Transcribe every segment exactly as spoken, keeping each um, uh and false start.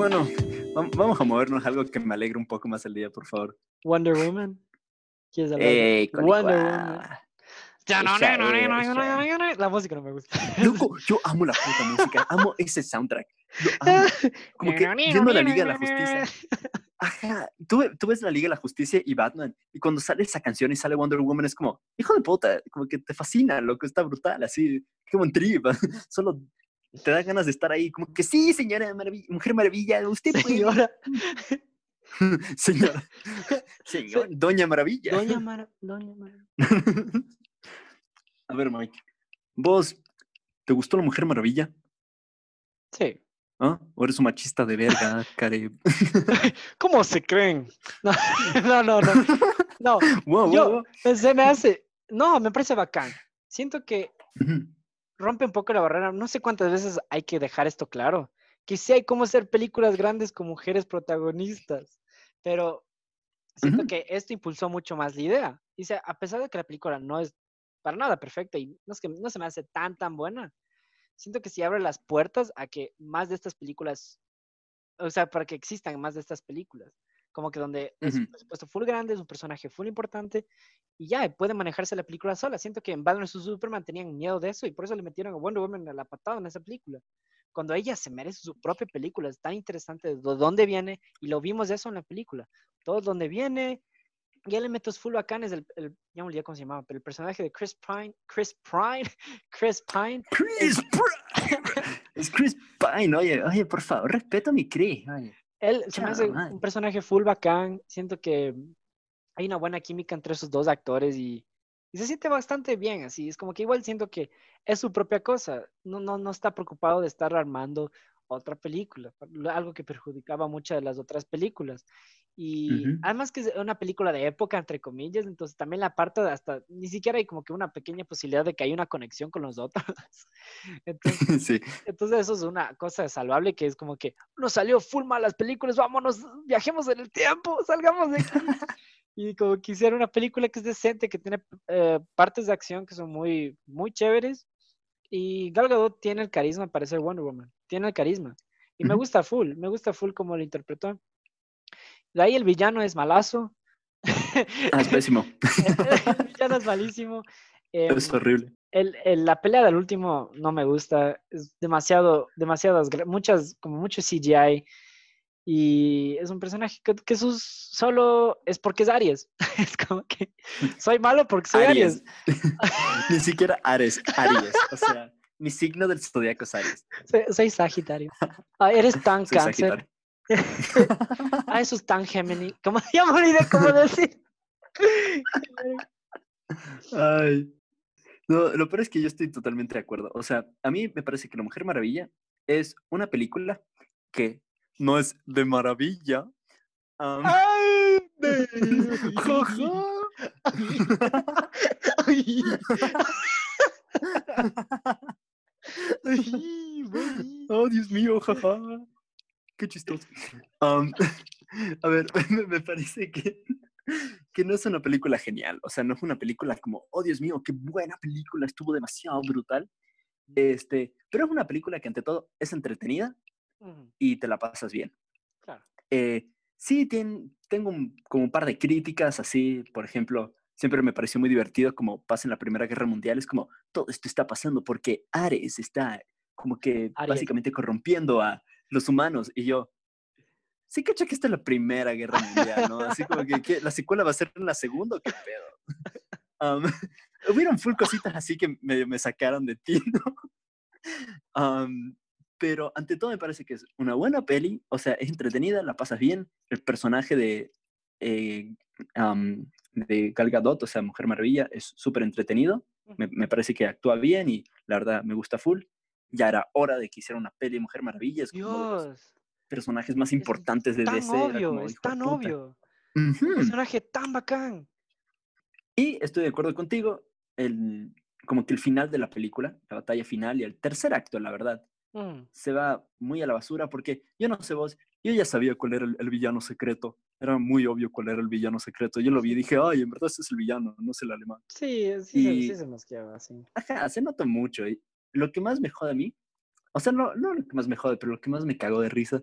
bueno, vam- vamos a movernos a algo que me alegre un poco más el día, por favor. Wonder Woman. ¿Quieres hablar de Eh, Wonder Woman? Colicua. Esa es, esa. La música no me gusta. Loco, yo amo la puta música, amo ese soundtrack, lo amo. Como que viendo la Liga de la Justicia, ajá, tú, tú ves la Liga de la Justicia y Batman, y cuando sale esa canción y sale Wonder Woman, es como, hijo de puta, como que te fascina, loco, está brutal, así, qué buen trip, solo te da ganas de estar ahí, como que sí, señora Maravilla, Mujer Maravilla, usted Señora. puede. Señora, señor, Se- Doña Maravilla. Doña Mara, Doña Mara. A ver, Mike, ¿vos te gustó la Mujer Maravilla? Sí. ¿Ah? ¿O eres un machista de verga, care? ¿Cómo se creen? No, no, no, no. No, Wow, wow, yo, wow. se me hace, no, me parece bacán. Siento que Ujú, rompe un poco la barrera. No sé cuántas veces hay que dejar esto claro. Que sí hay cómo hacer películas grandes con mujeres protagonistas, pero siento ujú, que esto impulsó mucho más la idea. Dice, a pesar de que la película no es para nada perfecta y no es que no se me hace tan, tan buena, siento que sí abre las puertas a que más de estas películas, o sea, para que existan más de estas películas. Como que donde es un ujú. presupuesto full grande, es un personaje full importante y ya puede manejarse la película sola. Siento que en Batman vs Superman tenían miedo de eso y por eso le metieron a Wonder Woman a la patada en esa película. Cuando ella se merece su propia película, es tan interesante de dónde viene y lo vimos eso en la película. Todo donde viene, ya le meto full bacanes el, el, ya me olvidé cómo se llamaba, pero el personaje de Chris Pine, Chris Pine, Chris Pine, Chris es, Pine. Es Chris Pine, oye, oye, por favor, respeto a mi Chris, oye. él se me Chao, hace un madre. personaje full bacán, siento que hay una buena química entre esos dos actores y, y se siente bastante bien, así, es como que igual siento que es su propia cosa, no, no, no está preocupado de estar armando otra película, algo que perjudicaba muchas de las otras películas. Y Ujú. además que es una película de época, entre comillas, entonces también la parte de hasta, ni siquiera hay como que una pequeña posibilidad de que haya una conexión con los otros. Entonces, Sí. entonces eso es una cosa salvable que es como que nos salió full mal las películas, vámonos, viajemos en el tiempo, salgamos de aquí. Y como que hicieron una película que es decente, que tiene eh, partes de acción que son muy, muy chéveres. Y Gal Gadot tiene el carisma para ser Wonder Woman. Tiene el carisma. Y me Ujú. gusta full, me gusta full como lo interpretó. De ahí el villano es malazo. Ah, es pésimo. El villano es malísimo. Es Em, horrible. el, el- la pelea del último no me gusta. Es demasiado, demasiadas, gra- muchas, como mucho C G I. Y es un personaje que, que sus, solo es porque es Aries. Es como que soy malo porque soy Aries. Aries. Ni siquiera Ares, Aries. O sea, mi signo del zodiaco es Aries. Soy, soy Sagitario. Ah, eres tan Soy cáncer. Sagitario. Ah, eso es tan Gemini. ¿Cómo ya me olvidé cómo decir? Ay. No, lo peor es que yo estoy totalmente de acuerdo. O sea, a mí me parece que La Mujer Maravilla es una película que no es de maravilla. am, Ay, jaja. ay, ay, ay. Oh, Dios mío, jaja. Qué chistoso. Am, a ver, me, me parece que, que no es una película genial. O sea, no es una película como, oh, Dios mío, qué buena película, estuvo demasiado brutal. Este, pero es una película que ante todo es entretenida Ujú, y te la pasas bien. claro. Eh, sí, tien- tengo un- como un par de críticas, así, por ejemplo, siempre me pareció muy divertido como pasa en la Primera Guerra Mundial, es como todo esto está pasando porque Ares está como que Ariel. básicamente corrompiendo a los humanos y yo, sí, cacha que esta es la Primera Guerra Mundial, ¿no? Así como que, ¿qué? ¿La secuela va a ser en la segunda o qué pedo? Um, hubieron full cositas así que medio me sacaron de ti, ¿no? Um, pero ante todo me parece que es una buena peli, o sea, es entretenida, la pasas bien, el personaje de, eh, um, de Gal Gadot, o sea, Mujer Maravilla, es súper entretenido, me, Ujú. me parece que actúa bien y la verdad me gusta full. Ya era hora de que hiciera una peli de Mujer Maravilla, es como de los Dios, personajes más es importantes de tan D C, era obvio, como es hijo de tan puta. obvio. Un Ujú. personaje tan bacán. Y estoy de acuerdo contigo, el, como que el final de la película, la batalla final y el tercer acto, la verdad, Mm. se va muy a la basura porque yo no sé vos, yo ya sabía cuál era el, el villano secreto. Era muy obvio cuál era el villano secreto. Yo lo vi y Sí, dije, ay, en verdad ese es el villano, no es el alemán. sí, sí se, sí Y, se mosqueaba, sí. ajá, se nota mucho. Y lo que más me jode a mí, o sea, no, no lo que más me jode, pero lo que más me cagó de risa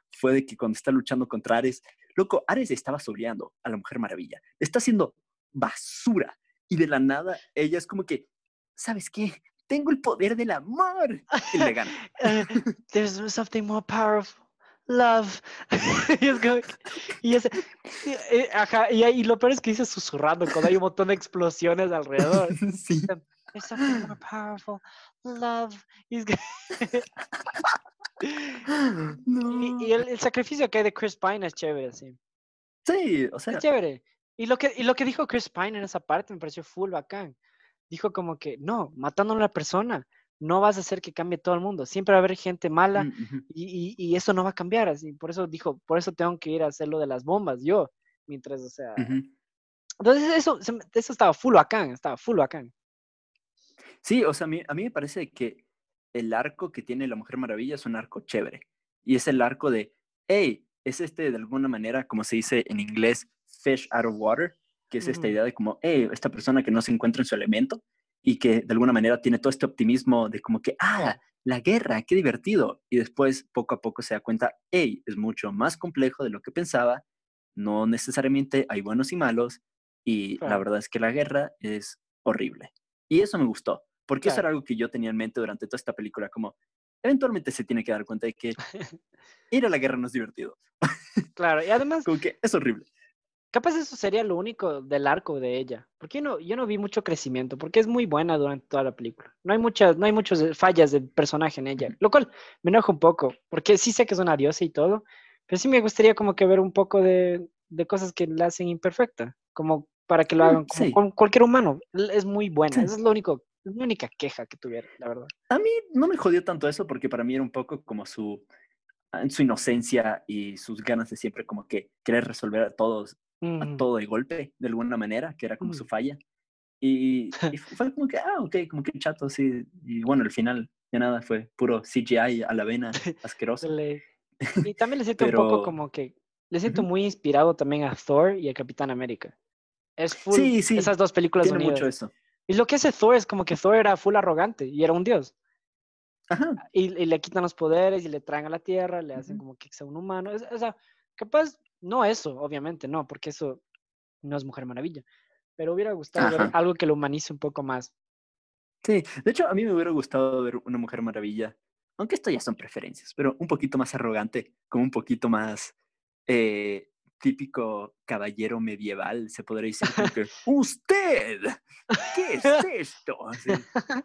fue de que cuando está luchando contra Ares, loco, Ares estaba soleando a la Mujer Maravilla. Le está haciendo basura. Y de la nada, ella es como que, ¿sabes qué? Tengo el poder del amor. Y le gana. Uh, there's something more powerful. Love. y es como, y, ese, y, y, ajá, y, y lo peor es que dice susurrando cuando hay un montón de explosiones alrededor. Sí. There's something more powerful. Love. Y, es que No. y, y el, el sacrificio que hay de Chris Pine es chévere, sí. Sí, o Es sea. chévere. Y lo que, y lo que dijo Chris Pine en esa parte me pareció full bacán. Dijo como que, no, matando a una persona, no vas a hacer que cambie todo el mundo. Siempre va a haber gente mala mm, ujú, y, y, y eso no va a cambiar. Así, por eso dijo, por eso tengo que ir a hacer lo de las bombas yo. Mientras, o sea. ujú. Entonces, eso, se me- eso estaba full bacán, estaba full bacán. Sí, o sea, a mí, a mí me parece que el arco que tiene la Mujer Maravilla es un arco chévere. Y es el arco de, hey, es este de alguna manera, como se dice en inglés, fish out of water, que es esta Ujú, idea de como, hey, esta persona que no se encuentra en su elemento y que de alguna manera tiene todo este optimismo de como que, ah, la guerra, qué divertido. Y después poco a poco se da cuenta, hey, es mucho más complejo de lo que pensaba, no necesariamente hay buenos y malos, y la claro, verdad es que la guerra es horrible. Y eso me gustó, porque eso claro, era algo que yo tenía en mente durante toda esta película, como eventualmente se tiene que dar cuenta de que ir a la guerra no es divertido, claro. Y además, como que es horrible. capaz eso sería lo único del arco de ella. Porque yo no, yo no vi mucho crecimiento, porque es muy buena durante toda la película. No hay muchas, no hay muchas eh, fallas del personaje en ella, Ujú. lo cual me enoja un poco, porque sí sé que es una diosa y todo, pero sí me gustaría como que ver un poco de, de cosas que la hacen imperfecta, como para que lo Mm, hagan como sí, con cualquier humano. L- Es muy buena, sí. eso es lo único, es mi única queja que tuviera, la verdad. A mí no me jodió tanto eso porque para mí era un poco como su, en su inocencia y sus ganas de siempre como que querer resolver a todos, a Ujú, todo de golpe, de alguna manera, que era como su ujú. falla. Y, y fue como que, ah, ok, como que chato, sí. Y bueno, al final ya nada, fue puro C G I a la vena, De asqueroso. ley. Y también le siento un poco Pero como que, le siento ujú. muy inspirado también a Thor y a Capitán América. Es full Sí, sí, esas dos películas tiene mucho unidas. eso. Y lo que hace Thor es como que Thor era full arrogante y era un dios. Ajá. Y, y le quitan los poderes y le traen a la tierra, le hacen Ujú. como que sea un humano. Es- o sea, capaz, no eso, obviamente, no, porque eso no es Mujer Maravilla. Pero hubiera gustado ver Ajá. algo que lo humanice un poco más. Sí, de hecho, a mí me hubiera gustado ver una Mujer Maravilla, aunque esto ya son preferencias, pero un poquito más arrogante, como un poquito más eh, típico caballero medieval, se podría decir como que, ¿usted? ¿Qué es esto? Así,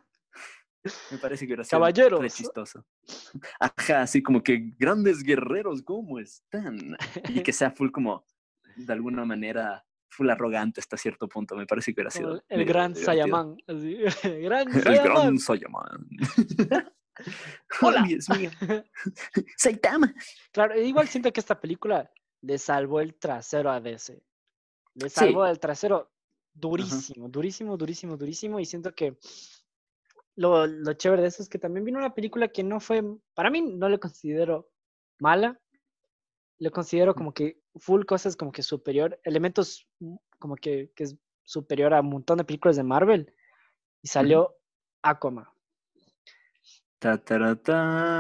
me parece que hubiera sido re Caballeros. chistoso. Ajá, así como que grandes guerreros, ¿cómo están? Y que sea full como, de alguna manera, full arrogante hasta cierto punto. Me parece que hubiera Como el, sido el medio gran divertido. Saiyaman. Así. Gran El gran Saiyaman. Saiyaman. Oh, ¡Hola! Dios mío. Saitama. Claro, e igual siento que esta película le salvó el trasero a D C. Le salvó Sí. el trasero Ajá. durísimo, durísimo, durísimo, durísimo. Y siento que lo, lo chévere de eso es que también vino una película que no fue, para mí no le considero mala, le considero como que full cosas como que superior, elementos mm, como que, que es superior a un montón de películas de Marvel. Y Ujú. salió Aquaman, Ta, ta, ta.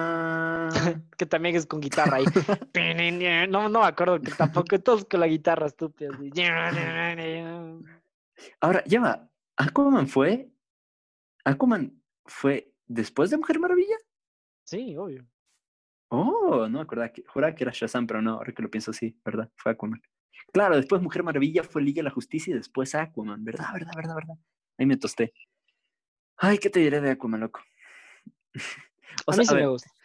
que también es con guitarra ahí. No, no me acuerdo que tampoco, todos con la guitarra estúpida. Así. Ahora, ya va. ¿Aquaman fue? ¿Aquaman fue después de Mujer Maravilla? Sí, obvio. Oh, no me acordaba que, juraba que era Shazam, pero no, ahora que lo pienso, sí, ¿verdad? Fue Aquaman. Claro, después Mujer Maravilla fue Liga de la Justicia y después Aquaman, ¿verdad? ¿Verdad? ¿Verdad? ¿Verdad? Ahí me tosté. Ay, ¿qué te diré de Aquaman, loco? O A sea, mí a sí me ver, gusta.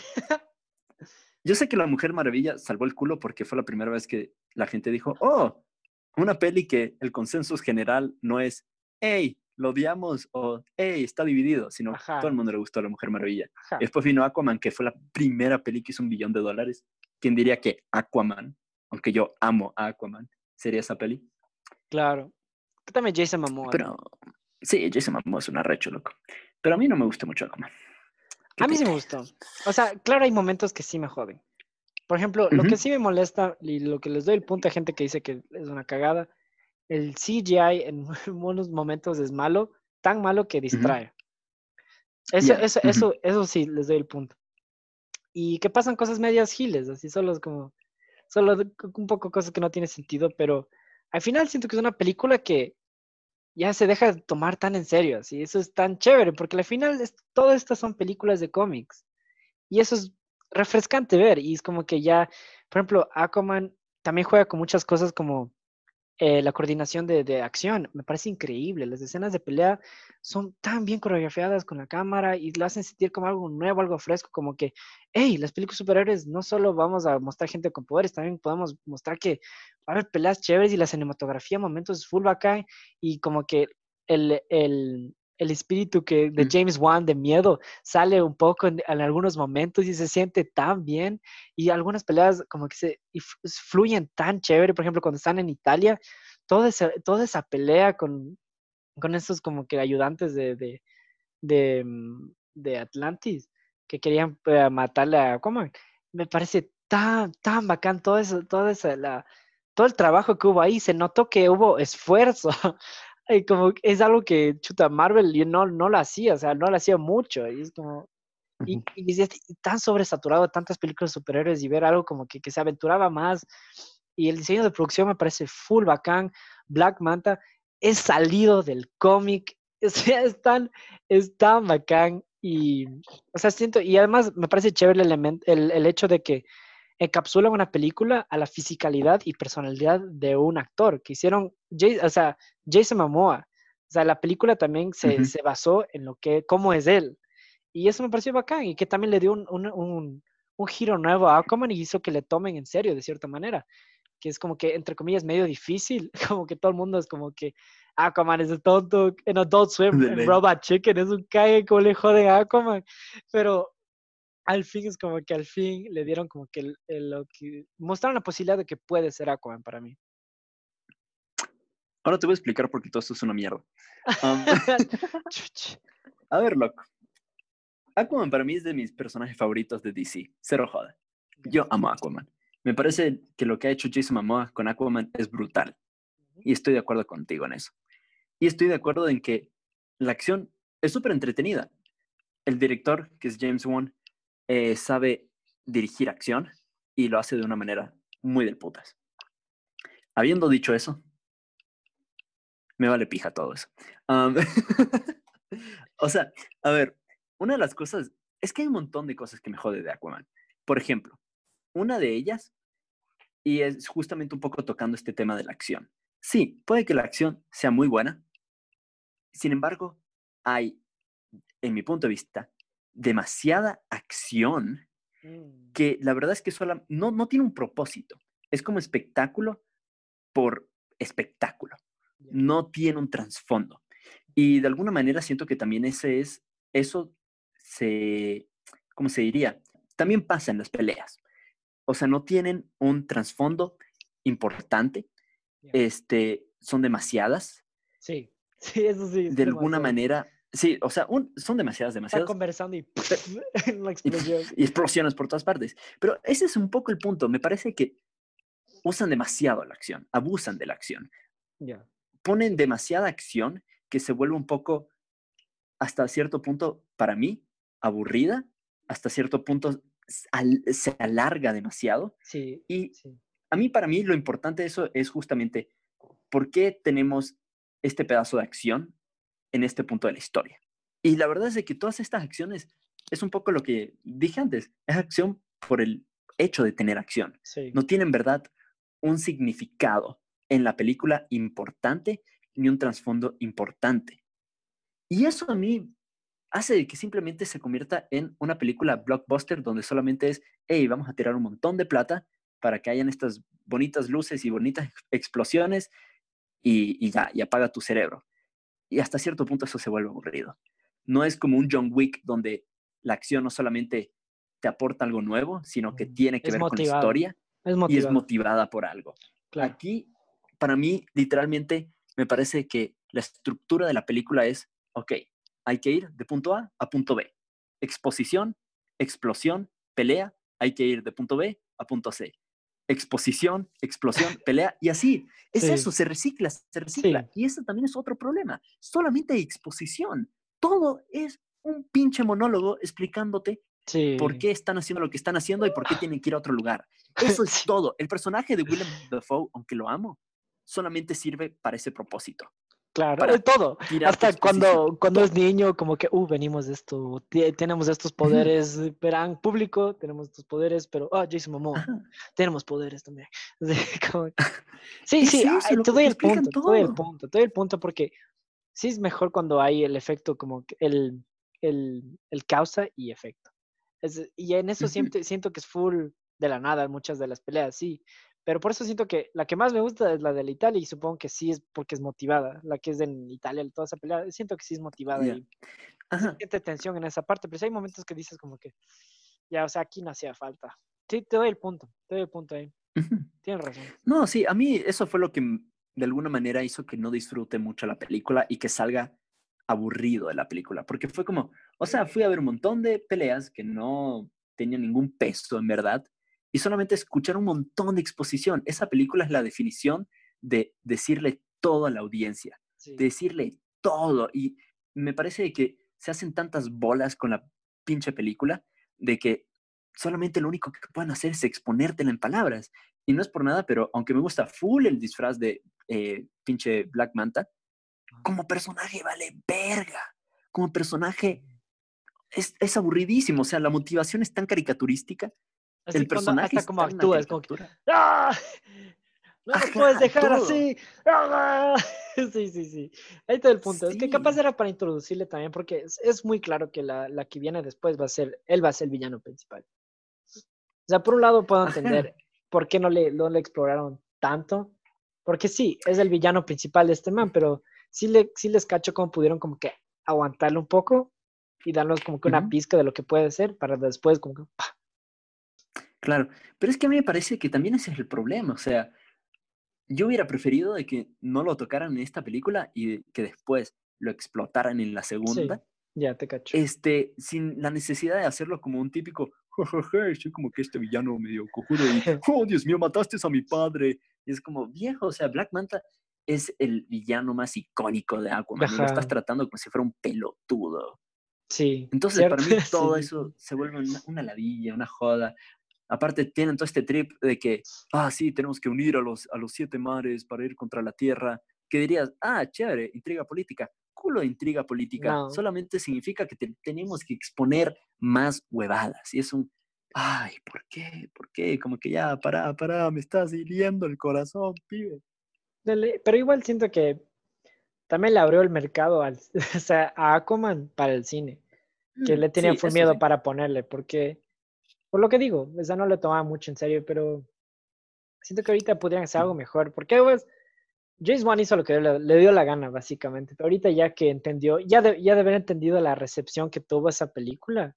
yo sé que la Mujer Maravilla salvó el culo porque fue la primera vez que la gente dijo, oh, una peli que el consenso general no es, hey, lo odiamos o hey, está dividido, sino todo el Ajá, mundo le gustó a la Mujer Maravilla. Y ajá, después vino Aquaman, que fue la primera peli que hizo un billón de dólares. ¿Quién diría que Aquaman, aunque yo amo a Aquaman, sería esa peli? claro. Que también Jason Momoa, ¿no? Pero sí, Jason Momoa es un arrecho, loco. Pero a mí no me gusta mucho Aquaman. ¿Qué A te mí sí me diré? gustó. O sea, claro, hay momentos que sí me joden. Por ejemplo, lo Ujú, que sí me molesta y lo que les doy el punto a gente que dice que es una cagada, el C G I en unos momentos es malo, tan malo que ujú. distrae. Eso, Ya, eso, ujú, eso, eso sí les doy el punto. y que pasan cosas medias giles, así solo es como, solo de- un poco cosas que no tienen sentido, pero al final siento que es una película que ya se deja de tomar tan en serio, así, eso es tan chévere, porque al final es, todas estas son películas de cómics, y eso es refrescante ver, y es como que ya, por ejemplo, Aquaman también juega con muchas cosas como eh, la coordinación de, de acción, me parece increíble. Las escenas de pelea son tan bien coreografiadas con la cámara y lo hacen sentir como algo nuevo, algo fresco, como que, hey, las películas superhéroes no solo vamos a mostrar gente con poderes, también podemos mostrar que va a haber peleas chéveres y la cinematografía, momentos full bacán y como que el, el, el espíritu que de Mm. James Wan de miedo sale un poco en, en algunos momentos y se siente tan bien y algunas peleas como que se y f- fluyen tan chévere, por ejemplo, cuando están en Italia, toda esa, toda esa pelea con, con esos como que ayudantes de, de, de, mm, de Atlantis que querían eh, matarle a Aquaman, me parece tan, tan bacán todo eso, toda esa, la, todo el trabajo que hubo ahí, se notó que hubo esfuerzo. Y como que es algo que, chuta, Marvel yo no, no lo hacía, o sea, no lo hacía mucho. Y es como, y, Ujú. y es tan sobresaturado de tantas películas de superhéroes y ver algo como que, que se aventuraba más. Y el diseño de producción me parece full bacán. Black Manta es salido del cómic. O sea, es tan, es tan bacán. Y, o sea, siento, y además me parece chévere el, elemento, el, el hecho de que encapsulan una película a la fisicalidad y personalidad de un actor que hicieron, Jay- o sea, Jason Momoa. O sea, la película también se, Ujú. se basó en lo que, cómo es él. Y eso me pareció bacán y que también le dio un, un, un, un giro nuevo a Aquaman y hizo que le tomen en serio de cierta manera, que es como que, entre comillas, medio difícil, como que todo el mundo es como que Aquaman es el tonto, en Adult Swim, De en ley. Robot Chicken es un cague, como le joden a Aquaman, pero al fin es como que al fin le dieron como que el, el- lo que, mostraron la posibilidad de que puede ser Aquaman para mí. Ahora te voy a explicar por qué todo esto es una mierda. Am, Chuch. a ver, loco. Aquaman para mí es de mis personajes favoritos de D C. Cero joda. Ya. Yo amo a Aquaman. Me parece que lo que ha hecho Jason Momoa con Aquaman es brutal. Ujú. Y estoy de acuerdo contigo en eso. Y estoy de acuerdo en que la acción es súper entretenida. El director, que es James Wan, eh, sabe dirigir acción y lo hace de una manera muy del putas. Habiendo dicho eso, me vale pija todo eso. Um, o sea, a ver, una de las cosas es que hay un montón de cosas que me jode de Aquaman. Por ejemplo, una de ellas, y es justamente un poco tocando este tema de la acción. Sí, puede que la acción sea muy buena, sin embargo, hay, en mi punto de vista, demasiada acción Mm, que la verdad es que sola, no, no tiene un propósito. Es como espectáculo por espectáculo. ya. No tiene un trasfondo. Y de alguna manera siento que también ese es, eso se, ¿cómo se diría? También pasa en las peleas. O sea, no tienen un trasfondo importante. Ya. Este, son demasiadas. Sí, sí, eso sí, es De alguna demasiado. manera, sí, o sea, un, son demasiadas, Está demasiadas. conversando y Pero, una y, explosión. y explosiones por todas partes. Pero ese es un poco el punto. Me parece que usan demasiado la acción, abusan de la acción, Ya. ponen demasiada acción que se vuelve un poco, hasta cierto punto, para mí, aburrida, hasta cierto punto se alarga demasiado. Sí, Y sí. a mí, para mí, lo importante de eso es justamente por qué tenemos este pedazo de acción en este punto de la historia. Y la verdad es de que todas estas acciones es un poco lo que dije antes, es acción por el hecho de tener acción. Sí. No tiene en verdad un significado en la película importante ni un trasfondo importante. Y eso a mí hace que simplemente se convierta en una película blockbuster donde solamente es, hey, vamos a tirar un montón de plata para que hayan estas bonitas luces y bonitas explosiones y, y ya, y apaga tu cerebro. Y hasta cierto punto eso se vuelve aburrido. No es como un John Wick donde la acción no solamente te aporta algo nuevo, sino que Ujú. tiene que Es ver con la motivado. historia Es y es motivado. motivada por algo. Claro. Aquí, para mí, literalmente, me parece que la estructura de la película es, ok, hay que ir de punto A a punto B. Exposición, explosión, pelea, hay que ir de punto B a punto C. Exposición, explosión, pelea, y así. Es Sí, eso, se recicla, se recicla. sí. Y eso también es otro problema. Solamente hay exposición. Todo es un pinche monólogo explicándote por Sí. qué están haciendo lo que están haciendo y por qué tienen que ir a otro lugar. Eso es Sí, todo. El personaje de Willem Dafoe, aunque lo amo, solamente sirve para ese propósito, claro, eh, para todo. tirarte Hasta exposición. cuando, cuando es Todo. niño, como que, uh, venimos de esto, ti- tenemos estos Ujú. poderes, verán, público, tenemos estos poderes, pero, ah, Jason Momoa, Ajá. tenemos poderes también. Sí, como que- sí, Es sí, eso, ah, te loco, doy te el explican punto, te doy el todo. punto, te doy el punto porque sí es mejor cuando hay el efecto, como que el, el, el causa y efecto. Es- y en eso Ujú. siempre siento que es full de la nada muchas de las peleas, sí. Pero por eso siento que la que más me gusta es la de la Italia y supongo que sí es porque es motivada. La que es en Italia, toda esa pelea, siento que sí es motivada Ya. y sí se Ajá. siente tensión en esa parte, pero sí hay momentos que dices como que, ya, o sea, aquí no hacía falta. Sí, te doy el punto, te doy el punto ahí. Ujú. Tienes razón. No, sí, a mí eso fue lo que m- de alguna manera hizo que no disfrute mucho la película y que salga aburrido de la película, porque fue como, o sea, fui a ver un montón de peleas que no tenían ningún peso en verdad y solamente escuchar un montón de exposición. Esa película es la definición de decirle todo a la audiencia, de Sí. decirle todo y me parece que se hacen tantas bolas con la pinche película de que solamente lo único que pueden hacer es exponértela en palabras. Y no es por nada, pero aunque me gusta full el disfraz de eh, pinche Black Manta, como personaje vale verga. Como personaje es, es aburridísimo. O sea, la motivación es tan caricaturística. Así El cuando, personaje hasta es como tan una actúa, es como que, caricatura. ¡ah! No lo puedes Ajá, dejar todo. así. ¡Ah! Sí, sí, sí. Ahí está el punto. Es que capaz Sí. era para introducirle también, porque es, es muy claro que la, la que viene después va a ser, él va a ser el villano principal. O sea, por un lado puedo Ajá. entender por qué no le, no le exploraron tanto, porque sí, es el villano principal de este man, pero sí, le, sí les cacho cómo pudieron como que aguantarlo un poco y darnos como que una Ujú. pizca de lo que puede ser para después como que, ¡pah! Claro. Pero es que a mí me parece que también ese es el problema. O sea, yo hubiera preferido de que no lo tocaran en esta película y que después lo explotaran en la Sí, segunda ya te cacho. este, sin la necesidad de hacerlo como un típico, jajaja, soy como que este villano medio cojudo y, oh, Dios mío, mataste a mi padre. Y es como, viejo, o sea, Black Manta es el villano más icónico de Aquaman y lo estás Ajá, tratando como si fuera un pelotudo. sí, Entonces, para ¿cierto? mí Sí, todo sí, eso sí. se vuelve una, una ladilla, una joda. Aparte, tienen todo este trip de que, ah, sí, tenemos que unir a los, a los siete mares para ir contra la Tierra. Que dirías, ah, chévere, intriga política. Culo de intriga política. No. Solamente significa que te- tenemos que exponer más huevadas. Y es un, ay, ¿por qué? ¿Por qué? Como que ya, pará, pará, me estás hiriendo el corazón, pibe. Dale, pero igual siento que también le abrió el mercado al, o sea, a Aquaman para el cine, que Mm, le tenía sí, full eso miedo sí. para ponerle, porque, por lo que digo, o sea, no lo tomaba mucho en serio, pero siento que ahorita podrían hacer algo Ujú. mejor, porque pues, James Wan hizo lo que le, le dio la gana, básicamente, pero ahorita ya que entendió, ya de, ya de haber entendido la recepción que tuvo esa película,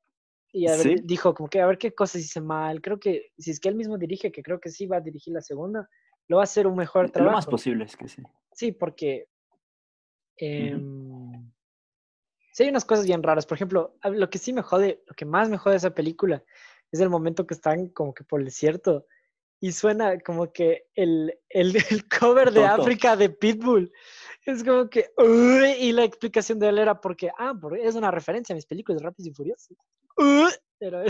y a ver, Sí, dijo como que a ver qué cosas hice mal, creo que si es que él mismo dirige, que creo que sí va a dirigir la segunda, lo va a hacer un mejor lo más trabajo. posible es que sí. Sí, porque Ujú. em, sí hay unas cosas bien raras. Por ejemplo, a- lo que sí me jode, lo que más me jode de esa película es el momento que están como que por el desierto y suena como que el, el, el cover de Toto. África de Pitbull. Es como que, "Uy", y la explicación de él era porque, ah, porque es una referencia a mis películas de Rápidos y Furiosos. Uy, era-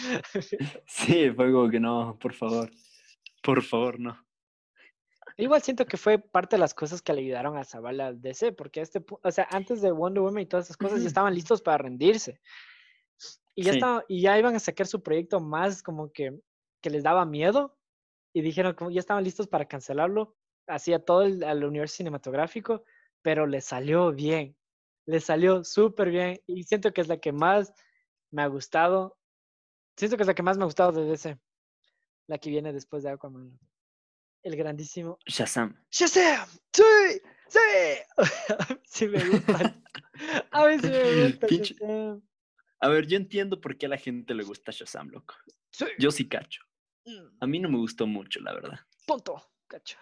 Sí, fue como que no, por favor, por favor, no. Igual siento que fue parte de las cosas que le ayudaron a salvar la D C, porque a este, pu- o sea, antes de Wonder Woman y todas esas cosas ya Ujú. estaban listos para rendirse. Y ya Sí, estaba, y ya iban a sacar su proyecto más como que, que les daba miedo y dijeron como ya estaban listos para cancelarlo, hacía todo el, al universo cinematográfico, pero le salió bien, le salió súper bien y siento que es la que más me ha gustado, siento que es la que más me ha gustado de D C, la que viene después de Aquaman, el grandísimo Shazam. Shazam, sí, sí, sí me gusta, a mí sí me gusta Pinche. Shazam, A ver, yo entiendo por qué a la gente le gusta Shazam, loco. sí, Yo sí cacho. mm, A mí no me gustó mucho, la verdad. tonto, cacho.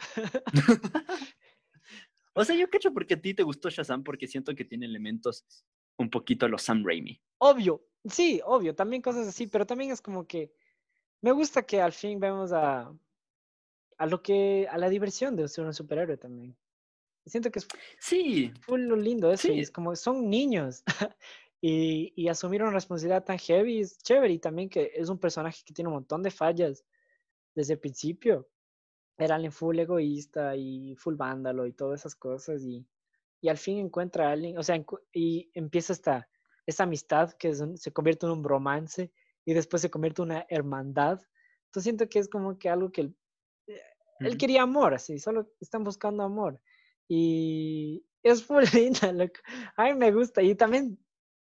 O sea, yo cacho porque a ti te gustó Shazam porque siento que tiene elementos un poquito a los Sam Raimi. Obvio, sí, obvio, también cosas así, pero también es como que me gusta que al fin vemos a, a lo que, a la diversión de ser un superhéroe también. Siento que es Sí, full lo lindo eso, y sí. es como, son niños. Y, y asumir una responsabilidad tan heavy es chévere. Y también que es un personaje que tiene un montón de fallas desde el principio. Era alguien full egoísta y full vándalo y todas esas cosas. Y, y al fin encuentra a alguien, o sea, encu- y empieza esta, esta amistad que es un- se convierte en un romance y después se convierte en una hermandad. Entonces siento que es como que algo que él, eh, él Ujú. quería amor, así, solo están buscando amor. Y es full linda, loco. A mí me gusta. Y también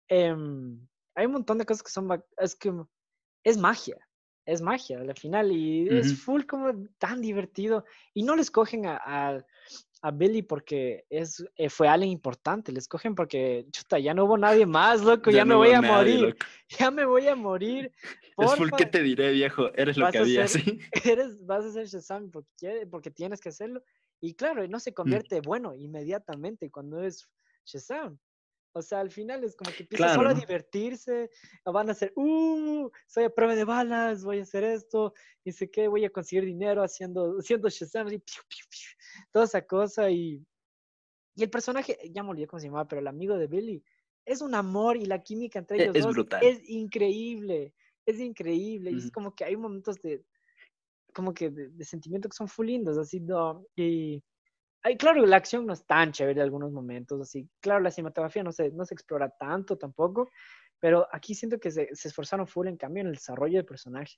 em, hay un montón de cosas que son, bac- es que es magia, es magia al final y es Ujú. full como tan divertido. Y no les cogen a, a, a Billy porque es, eh, fue alguien importante, les cogen porque, chuta, ya no hubo nadie más, loco, Ya ya me no voy hubo a nadie, morir, loco. ya me voy a morir, Es full, ¿qué porfa, te diré, viejo? Eres lo que vas a había, ser, ¿sí? eres, vas a ser Shazam porque, quiere- porque tienes que hacerlo. Y claro, no se Mm. convierte bueno inmediatamente cuando es Shazam. O sea, al final es como que empieza Claro, solo a ¿no? divertirse, van a hacer, uh, soy a prueba de balas, voy a hacer esto, y sé qué, voy a conseguir dinero haciendo, haciendo Shazam, y piu, piu, piu, toda esa cosa. Y, y el personaje, ya me olvidé cómo se llamaba, pero el amigo de Billy, es un amor y la química entre E- ellos Es dos brutal. es increíble, es increíble. Y es Ujú. como que hay momentos de, como que de, de sentimiento que son full lindos, así, no, y ay, claro, la acción no es tan chévere en algunos momentos, así. Claro, la cinematografía no se, no se explora tanto tampoco, pero aquí siento que se, se esforzaron full en cambio en el desarrollo del personaje.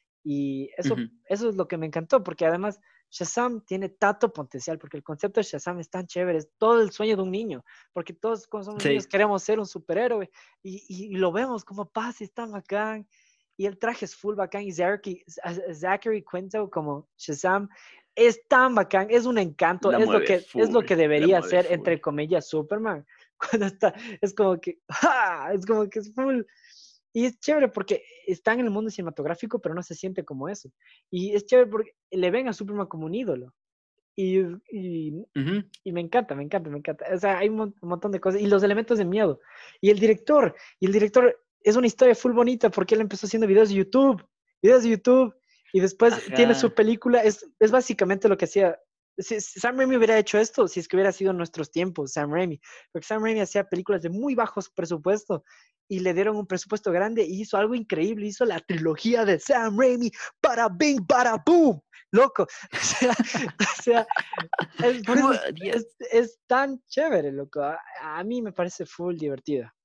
Y eso, Ujú. eso es lo que me encantó, porque además Shazam tiene tanto potencial, porque el concepto de Shazam es tan chévere, es todo el sueño de un niño, porque todos cuando somos niños Sí, queremos ser un superhéroe y, y, y lo vemos como pasa, es tan bacán. Y el traje es full bacán y Zachary, Zachary Quinto como Shazam es tan bacán, es un encanto, la es lo mueve que, es lo full, que la debería mueve ser, full. entre comillas, Superman. Cuando está, es como que, ¡ah! Es como que es full. Y es chévere porque está en el mundo cinematográfico, pero no se siente como eso. Y es chévere porque le ven a Superman como un ídolo. Y, y, Ujú. y me encanta, me encanta, me encanta. O sea, hay un, mon- un montón de cosas. Y los elementos de miedo. Y el director, y el director es una historia full bonita porque él empezó haciendo videos de YouTube, videos de YouTube, y después tiene su Ajá. película. Es, es básicamente lo que hacía. Si si Sam Raimi hubiera hecho esto, si es que hubiera sido en nuestros tiempos, Sam Raimi, porque Sam Raimi hacía películas de muy bajos presupuesto y le dieron un presupuesto grande y hizo algo increíble, hizo la trilogía de Sam Raimi, para bing, para boom, loco. O sea, o sea, es, por eso es, What? es, Yes. es tan chévere, loco. A, a mí me parece full divertida.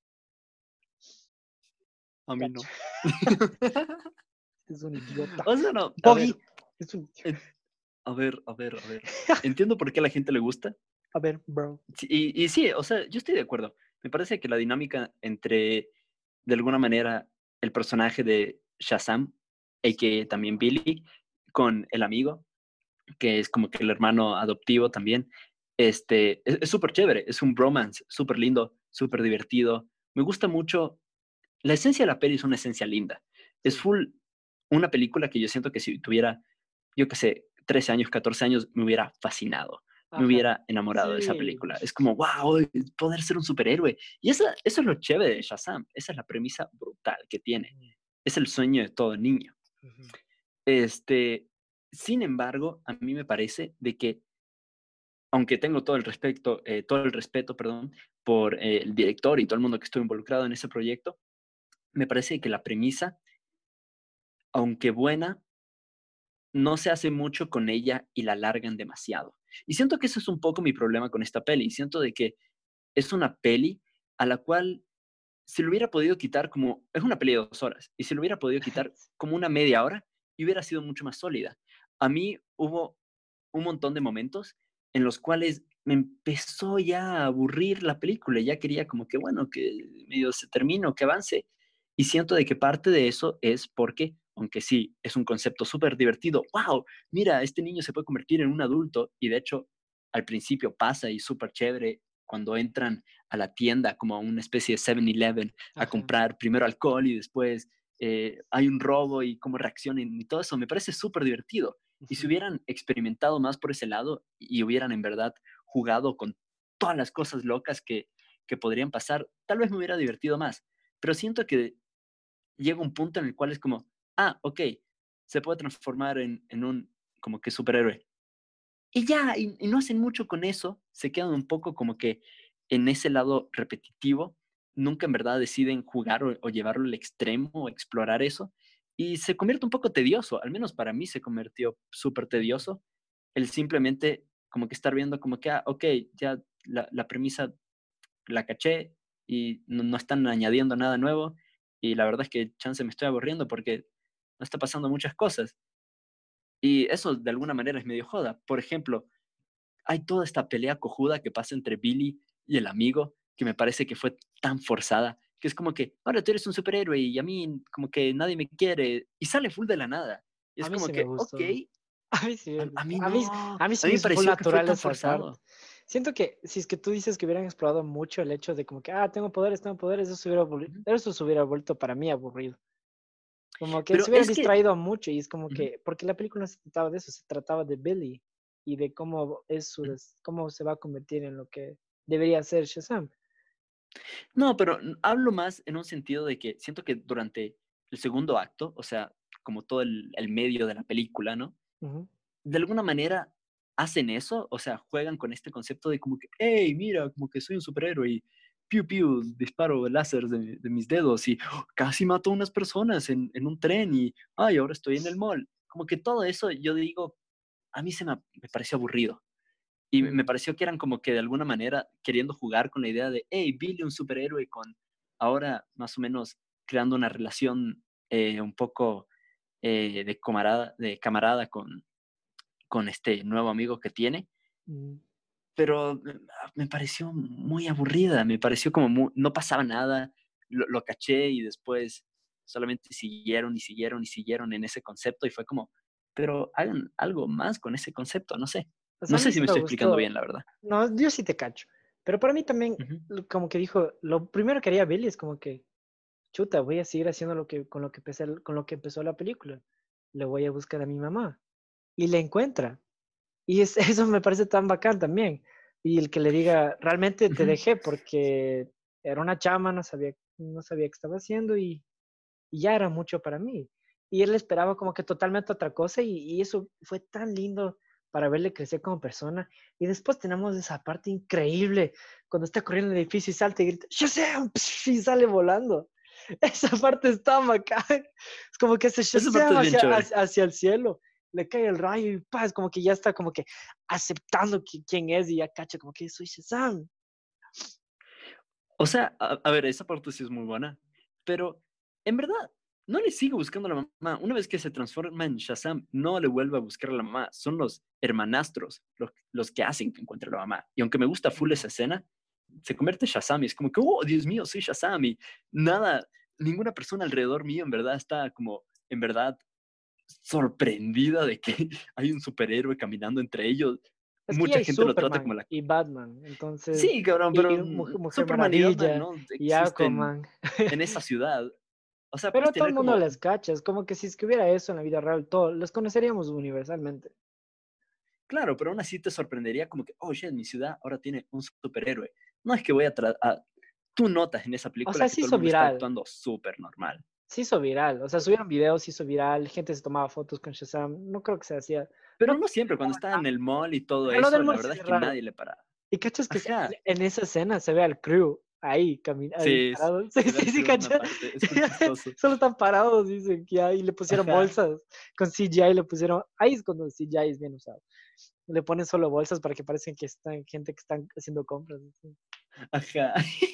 A mí Cacha, no. es un idiota. O sea, no, a Boggy, ver, es un... en- a ver, a ver, a ver. Entiendo por qué a la gente le gusta. A ver, bro. Sí, Y, y sí, o sea, yo estoy de acuerdo. Me parece que la dinámica entre, de alguna manera, el personaje de Shazam, a k a también Billy, con el amigo, que es como que el hermano adoptivo también, este, es súper chévere. Es un bromance súper lindo, súper divertido. Me gusta mucho. La esencia de la peli es una esencia linda. Es Sí. full una película que yo siento que si tuviera, yo qué sé, trece años, catorce años, me hubiera fascinado, me Ajá. hubiera enamorado de esa Sí. película. Es como, wow, poder ser un superhéroe. Y esa, eso es lo chévere de Shazam. Esa es la premisa brutal que tiene. Ujú, Es el sueño de todo niño. ujú. Este, sin embargo, a mí me parece de que, aunque tengo todo el respeto, eh, todo el respeto, perdón, por eh, el director y todo el mundo que estuvo involucrado en ese proyecto, me parece que la premisa, aunque buena, no se hace mucho con ella y la alargan demasiado. Y siento que eso es un poco mi problema con esta peli. Siento de que es una peli a la cual se le hubiera podido quitar como, es una peli de dos horas, y se le hubiera podido quitar como una media hora y hubiera sido mucho más sólida. A mí hubo un montón de momentos en los cuales me empezó ya a aburrir la película, ya quería como que, bueno, que medio se termine o que avance. Y siento de que parte de eso es porque, aunque sí, es un concepto súper divertido, wow, mira, este niño se puede convertir en un adulto y de hecho al principio pasa y súper chévere cuando entran a la tienda como a una especie de seven eleven a Ajá. comprar primero alcohol y después eh, hay un robo y cómo reaccionan y todo eso, me parece súper divertido. Y si Ujú. hubieran experimentado más por ese lado y hubieran en verdad jugado con todas las cosas locas que, que podrían pasar, tal vez me hubiera divertido más. Pero siento que llega un punto en el cual es como, ah, ok, se puede transformar en, en un como que superhéroe. Y ya, y, y no hacen mucho con eso, se quedan un poco como que en ese lado repetitivo nunca en verdad deciden jugar o, o llevarlo al extremo o explorar eso. Y se convierte un poco tedioso, al menos para mí se convirtió súper tedioso el simplemente como que estar viendo como que, ah, ok, ya la, la premisa la caché y no, no están añadiendo nada nuevo y la verdad es que chance me estoy aburriendo porque no está pasando muchas cosas. Y eso de alguna manera es medio joda. Por ejemplo, hay toda esta pelea cojuda que pasa entre Billy y el amigo, que me parece que fue tan forzada, que es como que, ahora tú eres un superhéroe y a mí como que nadie me quiere, y sale full de la nada. Y A es mí como sí me que, ok, gustó. A mí sí me a, a gustó. mí A mí, no, a mí a sí mí me me hizo full pareció que fue natural tan esa parte. forzado. Siento que si es que tú dices que hubieran explorado mucho el hecho de como que, ah, tengo poderes, tengo poderes, eso se hubiera, aburri- Ujú. eso se hubiera vuelto para mí aburrido. Como que se Pero hubieran es que, distraído mucho y es como ujú, que, porque la película no se trataba de eso, se trataba de Billy y de cómo es su, ujú. des- cómo se va a convertir en lo que debería ser Shazam. No, pero n- hablo más en un sentido de que siento que durante el segundo acto, o sea, como todo el, el medio de la película, ¿no? Ujú. De alguna manera hacen eso, o sea, juegan con este concepto de como que, hey, mira, como que soy un superhéroe y piu, piu, disparo láser de, de mis dedos y ¡oh! Casi mato a unas personas en, en un tren y, ay, ahora estoy en el mall. Como que todo eso, yo digo, a mí se me, me pareció aburrido. Y me Mm, pareció que eran como que de alguna manera queriendo jugar con la idea de, hey, Billy, un superhéroe, con ahora más o menos creando una relación eh, un poco eh, de, camarada, de camarada con, con este nuevo amigo que tiene, mm. pero me, me pareció muy aburrida, me pareció como muy, no pasaba nada, lo, lo caché y después solamente siguieron y siguieron y siguieron en ese concepto y fue como, pero hagan algo más con ese concepto, no sé. Pues No a sé mí si sí me me estoy explicando gustó. bien, la verdad. No, yo sí te cacho. Pero para mí también, Ujú, lo- como que dijo, lo primero que haría Billy es como que, chuta, voy a seguir haciendo lo que, con lo que empecé, con lo que empezó la película. Le voy a buscar a mi mamá. Y la encuentra. Y es, eso me parece tan bacán también. Y el que le diga, realmente te ujú. dejé porque era una chama, no sabía, no sabía qué estaba haciendo y, y ya era mucho para mí. Y él esperaba como que totalmente otra cosa y, y eso fue tan lindo para verle crecer como persona. Y después tenemos esa parte increíble cuando está corriendo en el edificio y salta y grita, ¡Shazam! Y sale volando. Esa parte está bacán. Es como que se Esa parte Shazam es bien hacia, chévere. hacia, hacia el cielo. Le cae el rayo y paz, como que ya está como que aceptando qui- quién es y ya cacha como que soy Shazam. O sea, a, a ver, esa parte sí es muy buena, pero en verdad no le sigue buscando a la mamá. Una vez que se transforma en Shazam, no le vuelve a buscar a la mamá. Son los hermanastros los, los que hacen que encuentre a la mamá. Y aunque me gusta full Mm. esa escena, se convierte en Shazam y es como que, oh, Dios mío, soy Shazam y nada, ninguna persona alrededor mío en verdad está como, en verdad, sorprendida de que hay un superhéroe caminando entre ellos. Es que ya Mucha hay gente lo trata como Superman la... y Batman, entonces, Sí, cabrón, y pero Mujer, mm, Mujer Superman y Batman Maravilla no y existen Aquaman. en esa ciudad. O sea, Pero puedes a todo el tener mundo como, les cacha, es como que si es que hubiera eso en la vida real, todos los conoceríamos universalmente. claro, pero aún así te sorprendería como que, oh, shit, mi ciudad ahora tiene un superhéroe. No es que voy a, tra- a- tú notas en esa O película sea, que se todo el hizo mundo está viral, actuando súper normal. se hizo viral, o sea, subieron videos, se hizo viral, gente se tomaba fotos con Shazam, no creo que se hacía, no Pero creo no que siempre, cuando está en el mall y todo ajá, lo del eso, la mall se verdad ve es que raro. nadie le para. Y cachas que se- Ajá, en esa escena se ve al crew ahí, camin ahí sí, s- parados. Sí, se ve sí, al sí, crew en una cachas. parte, es full chistoso. Solo están parados, dicen que ahí le pusieron Ajá, bolsas con C G I, le pusieron, ahí es cuando C G I es bien usado. Le ponen solo bolsas para que parezcan que están gente que están haciendo compras. Así. ajá.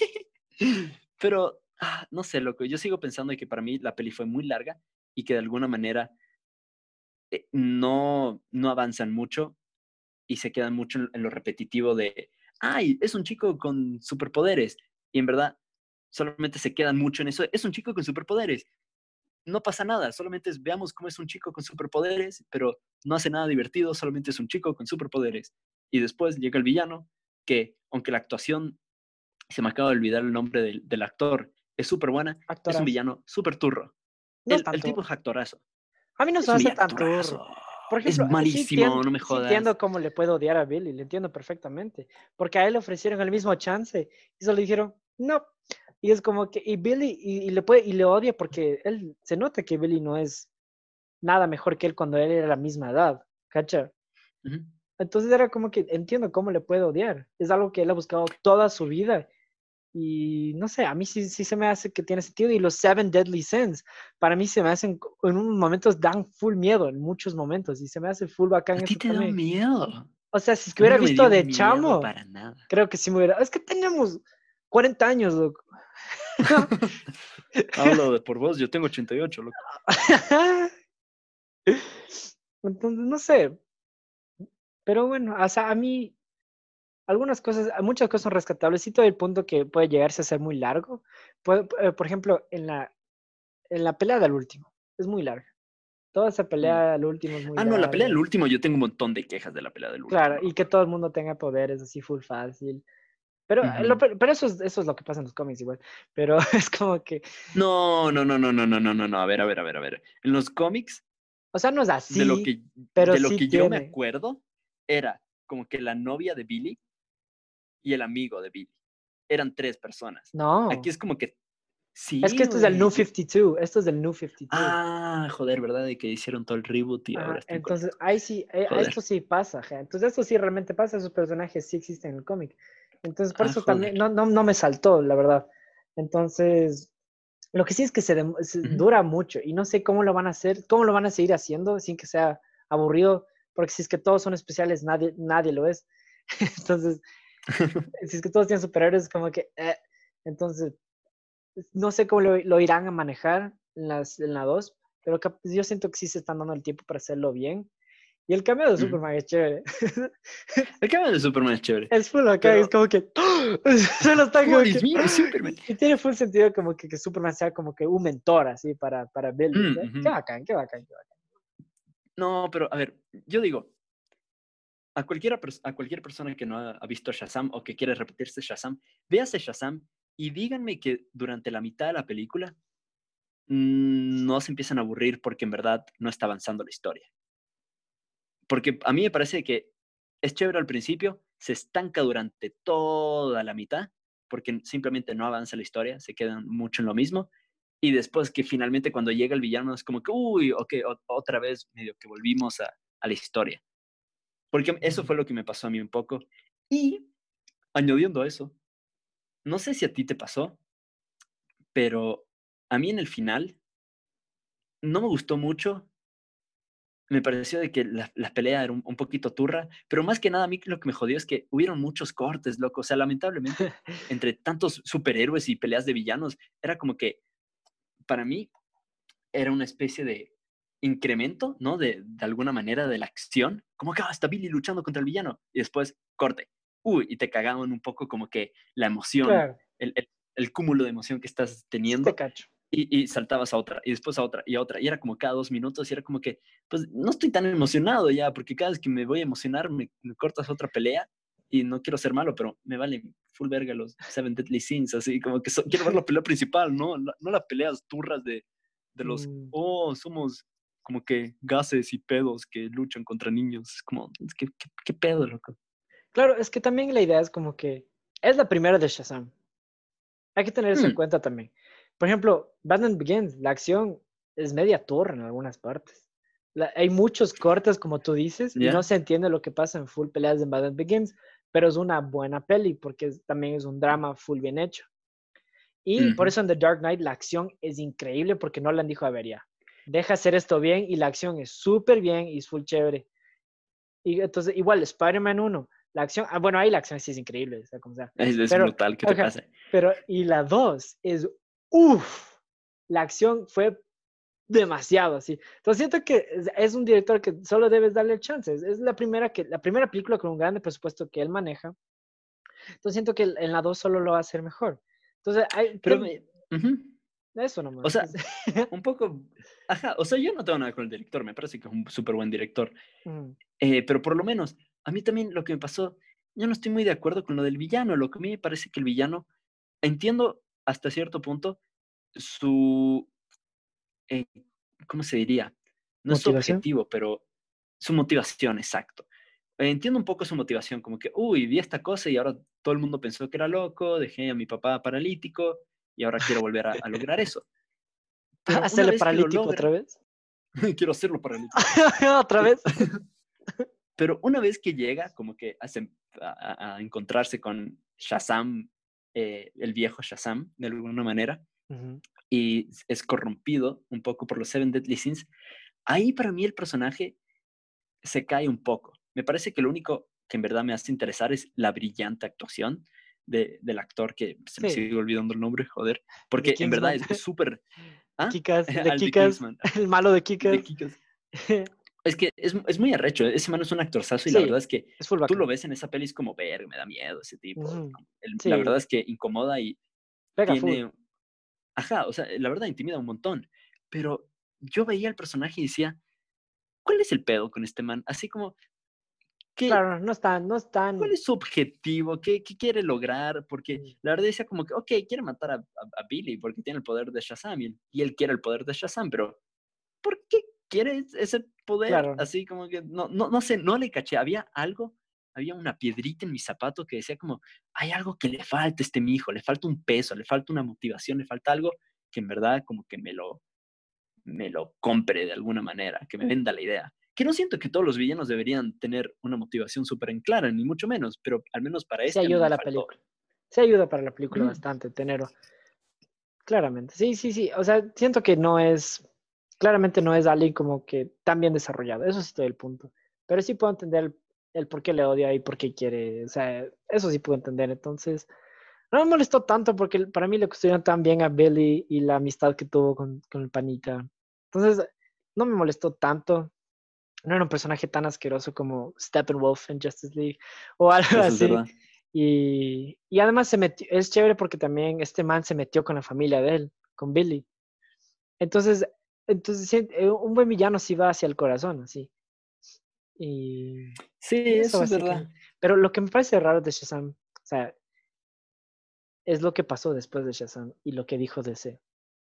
Pero, ah, no sé, loco, yo sigo pensando que para mí la peli fue muy larga y que de alguna manera eh, no, no avanzan mucho y se quedan mucho en, en lo repetitivo de, ay, es un chico con superpoderes. Y en verdad, solamente se quedan mucho en eso. Es un chico con superpoderes. No pasa nada, solamente es, veamos cómo es un chico con superpoderes, pero no hace nada divertido, solamente es un chico con superpoderes. Y después llega el villano, que aunque la actuación, se me acaba de olvidar el nombre del, del actor, es súper buena, es un Actoras. villano súper turro. No es El, el tanto. tipo es actorazo. A mí no se Es me un hace villano tan turro. turrazo. Por Es ejemplo, sí malísimo, entiendo, no me sí jodas. entiendo cómo le puedo odiar a Billy, le entiendo perfectamente. Porque a él le ofrecieron el mismo chance y solo dijeron, no. Y es como que, y Billy, y, y le puede, y le odia porque él se nota que Billy no es nada mejor que él cuando él era la misma edad, ¿cacha? Ujú. Entonces era como que entiendo cómo le puede odiar. Es algo que él ha buscado toda su vida Y no sé, a mí sí, sí se me hace que tiene sentido. Y los Seven Deadly Sins, para mí se me hacen, en unos momentos dan full miedo, en muchos momentos. Y se me hace full bacán A ti eso te da también. miedo. O sea, si es que A mí hubiera no me visto dio de miedo chamo, para nada. creo que sí me hubiera. Es que teníamos cuarenta años, loco. Hablo de por vos, yo tengo ochenta y ocho, loco. Entonces, no sé. Pero bueno, o sea, a mí algunas cosas, muchas cosas son rescatables. Y todo el punto que puede llegarse a ser muy largo. Puede- eh, por ejemplo, en la, en la pelea del último. Es muy larga. Toda esa Mm. pelea del último es muy Ah, no, la pelea larga. del último, yo tengo un montón de quejas de la pelea del Claro, último, y que loco. todo el mundo tenga poderes así full fácil. Pero, eh, lo Ujú. pe- pero eso es, eso es lo que pasa en los cómics igual. Pero es como que, No, no, no, no, no, no, no, no, no. A ver, a ver, a ver, a ver. En los cómics, o sea, no es de lo así, que, pero de lo sí que yo me tiene. acuerdo, era como que la novia de Billy y el amigo de Billy. Eran tres personas. Aquí No, es como que, es que sí, esto es del güey. New Yo- cincuenta y dos, esto es del New cincuenta y dos. Ah, joder, ¿verdad? De que hicieron todo el reboot y ahora Ajá, están con entonces, esto. ahí sí, eh, a esto Joder. sí pasa, ajá. Entonces, esto sí realmente pasa, esos personajes sí existen en el cómic. Entonces, por Ah, eso joder. también, no, no, no me saltó, la verdad. Entonces, lo que sí es que se, dem- se Ujú. dura mucho y no sé cómo lo van a hacer, cómo lo van a seguir haciendo sin que sea aburrido, porque si es que todos son especiales, nadie, nadie lo es. Entonces, si es que todos tienen superhéroes, es como que, eh. Entonces, no sé cómo lo, lo irán a manejar en, las, en la dos, pero cap- yo siento que sí se están dando el tiempo para hacerlo bien. Y el cambio de Ujú. Superman es chévere. El cambio de Superman es chévere. Es full acá, es Pero, como que solo está oh, como Dios que mío, Superman. y tiene full sentido como que, que Superman sea como que un mentor así para, para Billy. O Mm, sea, qué ujú. bacán, qué bacán, qué bacán. No, pero a ver, yo digo, a, cualquiera, pers- a cualquier persona que no ha, ha visto Shazam o que quiere repetirse Shazam, véase Shazam y díganme que durante la mitad de la película mm, no se empiezan a aburrir porque en verdad no está avanzando la historia. Porque a mí me parece que es chévere al principio, se estanca durante toda la mitad, porque simplemente no avanza la historia, se quedan mucho en lo mismo. Y después que finalmente cuando llega el villano es como que, uy, ok, o- otra vez medio que volvimos a, a la historia. Porque eso fue Mm. lo que me pasó a mí un poco. Y añadiendo a eso, no sé si a ti te pasó, pero a mí en el final no me gustó mucho. Me pareció de que la, la pelea era un, un poquito turra, pero más que nada a mí lo que me jodió es que hubieron muchos cortes, loco. O sea, lamentablemente, entre tantos superhéroes y peleas de villanos, era como que para mí era una especie de incremento, ¿no? De, de alguna manera de la acción, como que ah, está Billy luchando contra el villano y después corte. Uy, y te cagaban un poco como que la emoción, Claro, el, el, el cúmulo de emoción que estás sí te teniendo cacho. y, y saltabas a otra, y después a otra, y a otra, y era como cada dos minutos, y era como que, pues no estoy tan emocionado ya, porque cada vez que me voy a emocionar me, me cortas otra pelea, y no quiero ser malo, pero me vale full verga los Seven Deadly Sins, así como que so, quiero ver la pelea principal, ¿no? No, no las peleas turras de, de los, Mm, oh, somos como que gases y pedos que luchan contra niños, es como, es que, ¿qué, qué pedo, loco? Claro, es que también la idea es como que es la primera de Shazam. Hay que tener eso en Hmm, cuenta también. Por ejemplo, Batman Begins, la acción es media torre en algunas partes. La- hay muchos cortes, como tú dices, y no ¿ya? se entiende lo que pasa en full peleas de Batman Begins, pero es una buena peli porque es- también es un drama full bien hecho. Y por Ujú. eso en The Dark Knight la acción es increíble porque Nolan dijo, a ver, ya, deja hacer esto bien y la acción es súper bien y es full chévere. Y entonces, igual, Spider-Man uno la acción, ah, bueno, ahí la acción sí es increíble, o sea, como sea. Es, es Pero, brutal, ¿qué te ajá, pasa? pero, y la dos es, uff, la acción fue demasiado así. Entonces siento que es, es un director que solo debes darle chances. Es la primera, que, la primera película con un grande presupuesto que él maneja. Entonces siento que en la dos solo lo va a hacer mejor. Entonces, hay, Pero ten, me, ujú. eso O nomás. sea, un poco, ajá, o sea, yo no tengo nada con el director, me parece que es un súper buen director, Mm, eh, pero por lo menos, a mí también lo que me pasó, yo no estoy muy de acuerdo con lo del villano, lo que a mí me parece que el villano, entiendo hasta cierto punto su, eh, ¿cómo se diría? No es su motivación. objetivo, pero su motivación, exacto. Eh, entiendo un poco su motivación, como que, uy, vi esta cosa y ahora todo el mundo pensó que era loco, dejé a mi papá paralítico y ahora quiero volver a, a lograr eso. Pero una Hacerle vez que lo paralítico otra logra, vez. quiero hacerlo paralítico. Otra Eh, vez. pero una vez que llega como que a, sem- a- a encontrarse con Shazam eh, el viejo Shazam, de alguna manera, Ujú. y es corrompido un poco por los Seven Deadly Sins. Ahí para mí el personaje se cae un poco. Me parece que lo único que en verdad me hace interesar es la brillante actuación de, del actor, que se me Sí, sigue olvidando el nombre, joder, de porque en verdad Kingsman, es es súper... de ¿Ah? Kikas, de Al de Kikas, Kingsman, el malo de de Kikas. Kikas. Es que es, es muy arrecho, ese man es un actorzazo y la verdad Sí, es que es full tú lo bacán. ves en esa peli, es como, ver, me da miedo ese tipo. Ujú. El- la verdad Sí, es que incomoda y pega full. tiene, ajá, o sea, la verdad intimida un montón, pero yo veía al personaje y decía, ¿cuál es el pedo con este man? Así como, ¿qué, Claro, no están, no ¿cuál están. es su objetivo? ¿Qué, qué quiere lograr? Porque Mm, la verdad decía como que, ok, quiere matar a, a- a Billy porque tiene el poder de Shazam y él, y él quiere el poder de Shazam, pero ¿por qué quiere es- ese poder? claro, Así como que, no, no, no sé, no le caché. Había algo, había una piedrita en mi zapato que decía como, hay algo que le falta a este mi hijo, le falta un peso, le falta una motivación, le falta algo que en verdad como que me lo, me lo compre de alguna manera, que me venda la idea. Que no siento que todos los villanos deberían tener una motivación súper en clara, ni mucho menos, pero al menos para sí este a mí ayuda a me la faltó. película. Sí ayuda para la película Ujú. bastante tenerlo. Claramente. Sí, sí, sí. O sea, siento que no es, claramente no es alguien como que tan bien desarrollado. Eso sí estoy el punto. Pero sí puedo entender el, el por qué le odia y por qué quiere. O sea, eso sí puedo entender. Entonces, no me molestó tanto porque para mí le construyeron tan bien a Billy y la amistad que tuvo con, con el panita. Entonces, no me molestó tanto. No era un personaje tan asqueroso como Steppenwolf en Justice League o algo Eso es así. verdad. Y, y además se metió, es chévere porque también este man se metió con la familia de él, con Billy. Entonces, entonces sí, eh, un buen villano sí va hacia el corazón, así. Y, Sí, y eso eso es básicamente. verdad. Pero lo que me parece raro de Shazam, o sea, es lo que pasó después de Shazam y lo que dijo D C.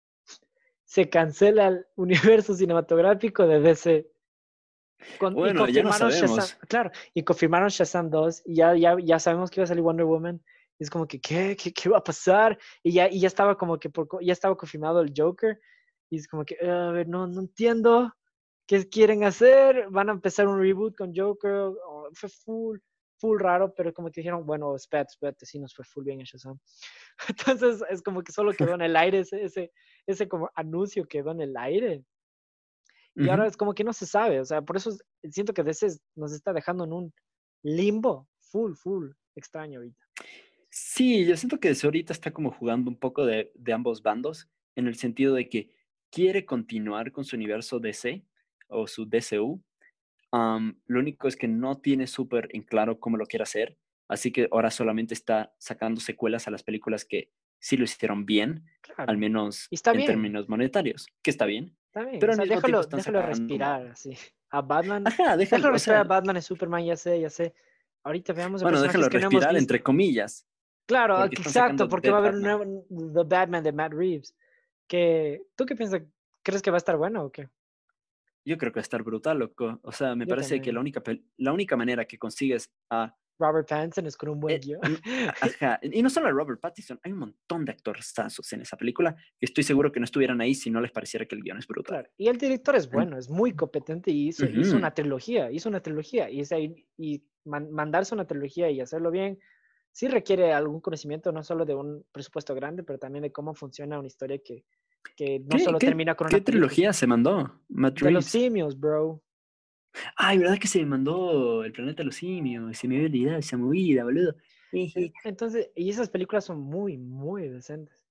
Se cancela el universo cinematográfico de D C. Con- y Bueno, ya no confirmaron Shazam, sabemos. claro, y confirmaron Shazam dos y ya, ya, ya sabemos que iba a salir Wonder Woman. Y es como que, ¿qué? ¿Qué, qué va a pasar? Y ya, y ya estaba como que, por, ya estaba confirmado el Joker. Y es como que, "Eh, a ver, no, no entiendo qué quieren hacer. Van a empezar un reboot con Joker. Oh, fue full, full raro, pero como que dijeron, bueno, espérate, espérate, sí nos fue full bien en Shazam. Entonces es como que solo quedó en el aire ese, ese, ese como anuncio quedó en el aire. Y ahora Ujú. es como que no se sabe, o sea, por eso es- siento que a veces nos está dejando en un limbo full, full extraño ahorita. Sí, yo siento que desde ahorita está como jugando un poco de, de ambos bandos, en el sentido de que quiere continuar con su universo D C o su D C U. Am, lo único es que no tiene súper en claro cómo lo quiere hacer, así que ahora solamente está sacando secuelas a las películas que sí lo hicieron bien, al Claro. menos Y está en bien, términos monetarios, que está bien, está bien. O pero al sea, mismo tiempo déjalo, están déjalo sacando como, respirar, así. A Batman, ajá, déjalo, déjalo o respirar a sea, Batman y Superman, ya sé, ya sé. Ahorita veamos de bueno, personajes déjalo que no hemos respirar entre visto. comillas, Claro, ah, porque están exacto, sacando porque The va a haber un Batman. nuevo The Batman de Matt Reeves. Que, ¿tú qué piensas? ¿Crees que va a estar bueno o qué? Yo creo que va a estar brutal, loco. O sea, me Yo parece que la también. única, pel- la única manera que consigues a... Robert Pattinson es con un buen eh, guión. n- a- ajá, y no solo a Robert Pattinson, hay un montón de actorzazos en esa película que estoy seguro que no estuvieran ahí si no les pareciera que el guión es brutal. Claro, y el director es En- bueno, es muy competente y hizo, hizo Ujú. una trilogía, hizo una trilogía y, esa- y man- mandarse una trilogía y hacerlo bien, sí requiere algún conocimiento, no solo de un presupuesto grande, pero también de cómo funciona una historia que, que no ¿Qué, solo qué, termina con qué una película. trilogía se mandó Matt De los Reeves? simios, bro. Ay, ¿verdad que se mandó El planeta de los simios? Se me había olvidado esa movida, boludo. En- Jeje. Entonces, y esas películas son muy, muy decentes.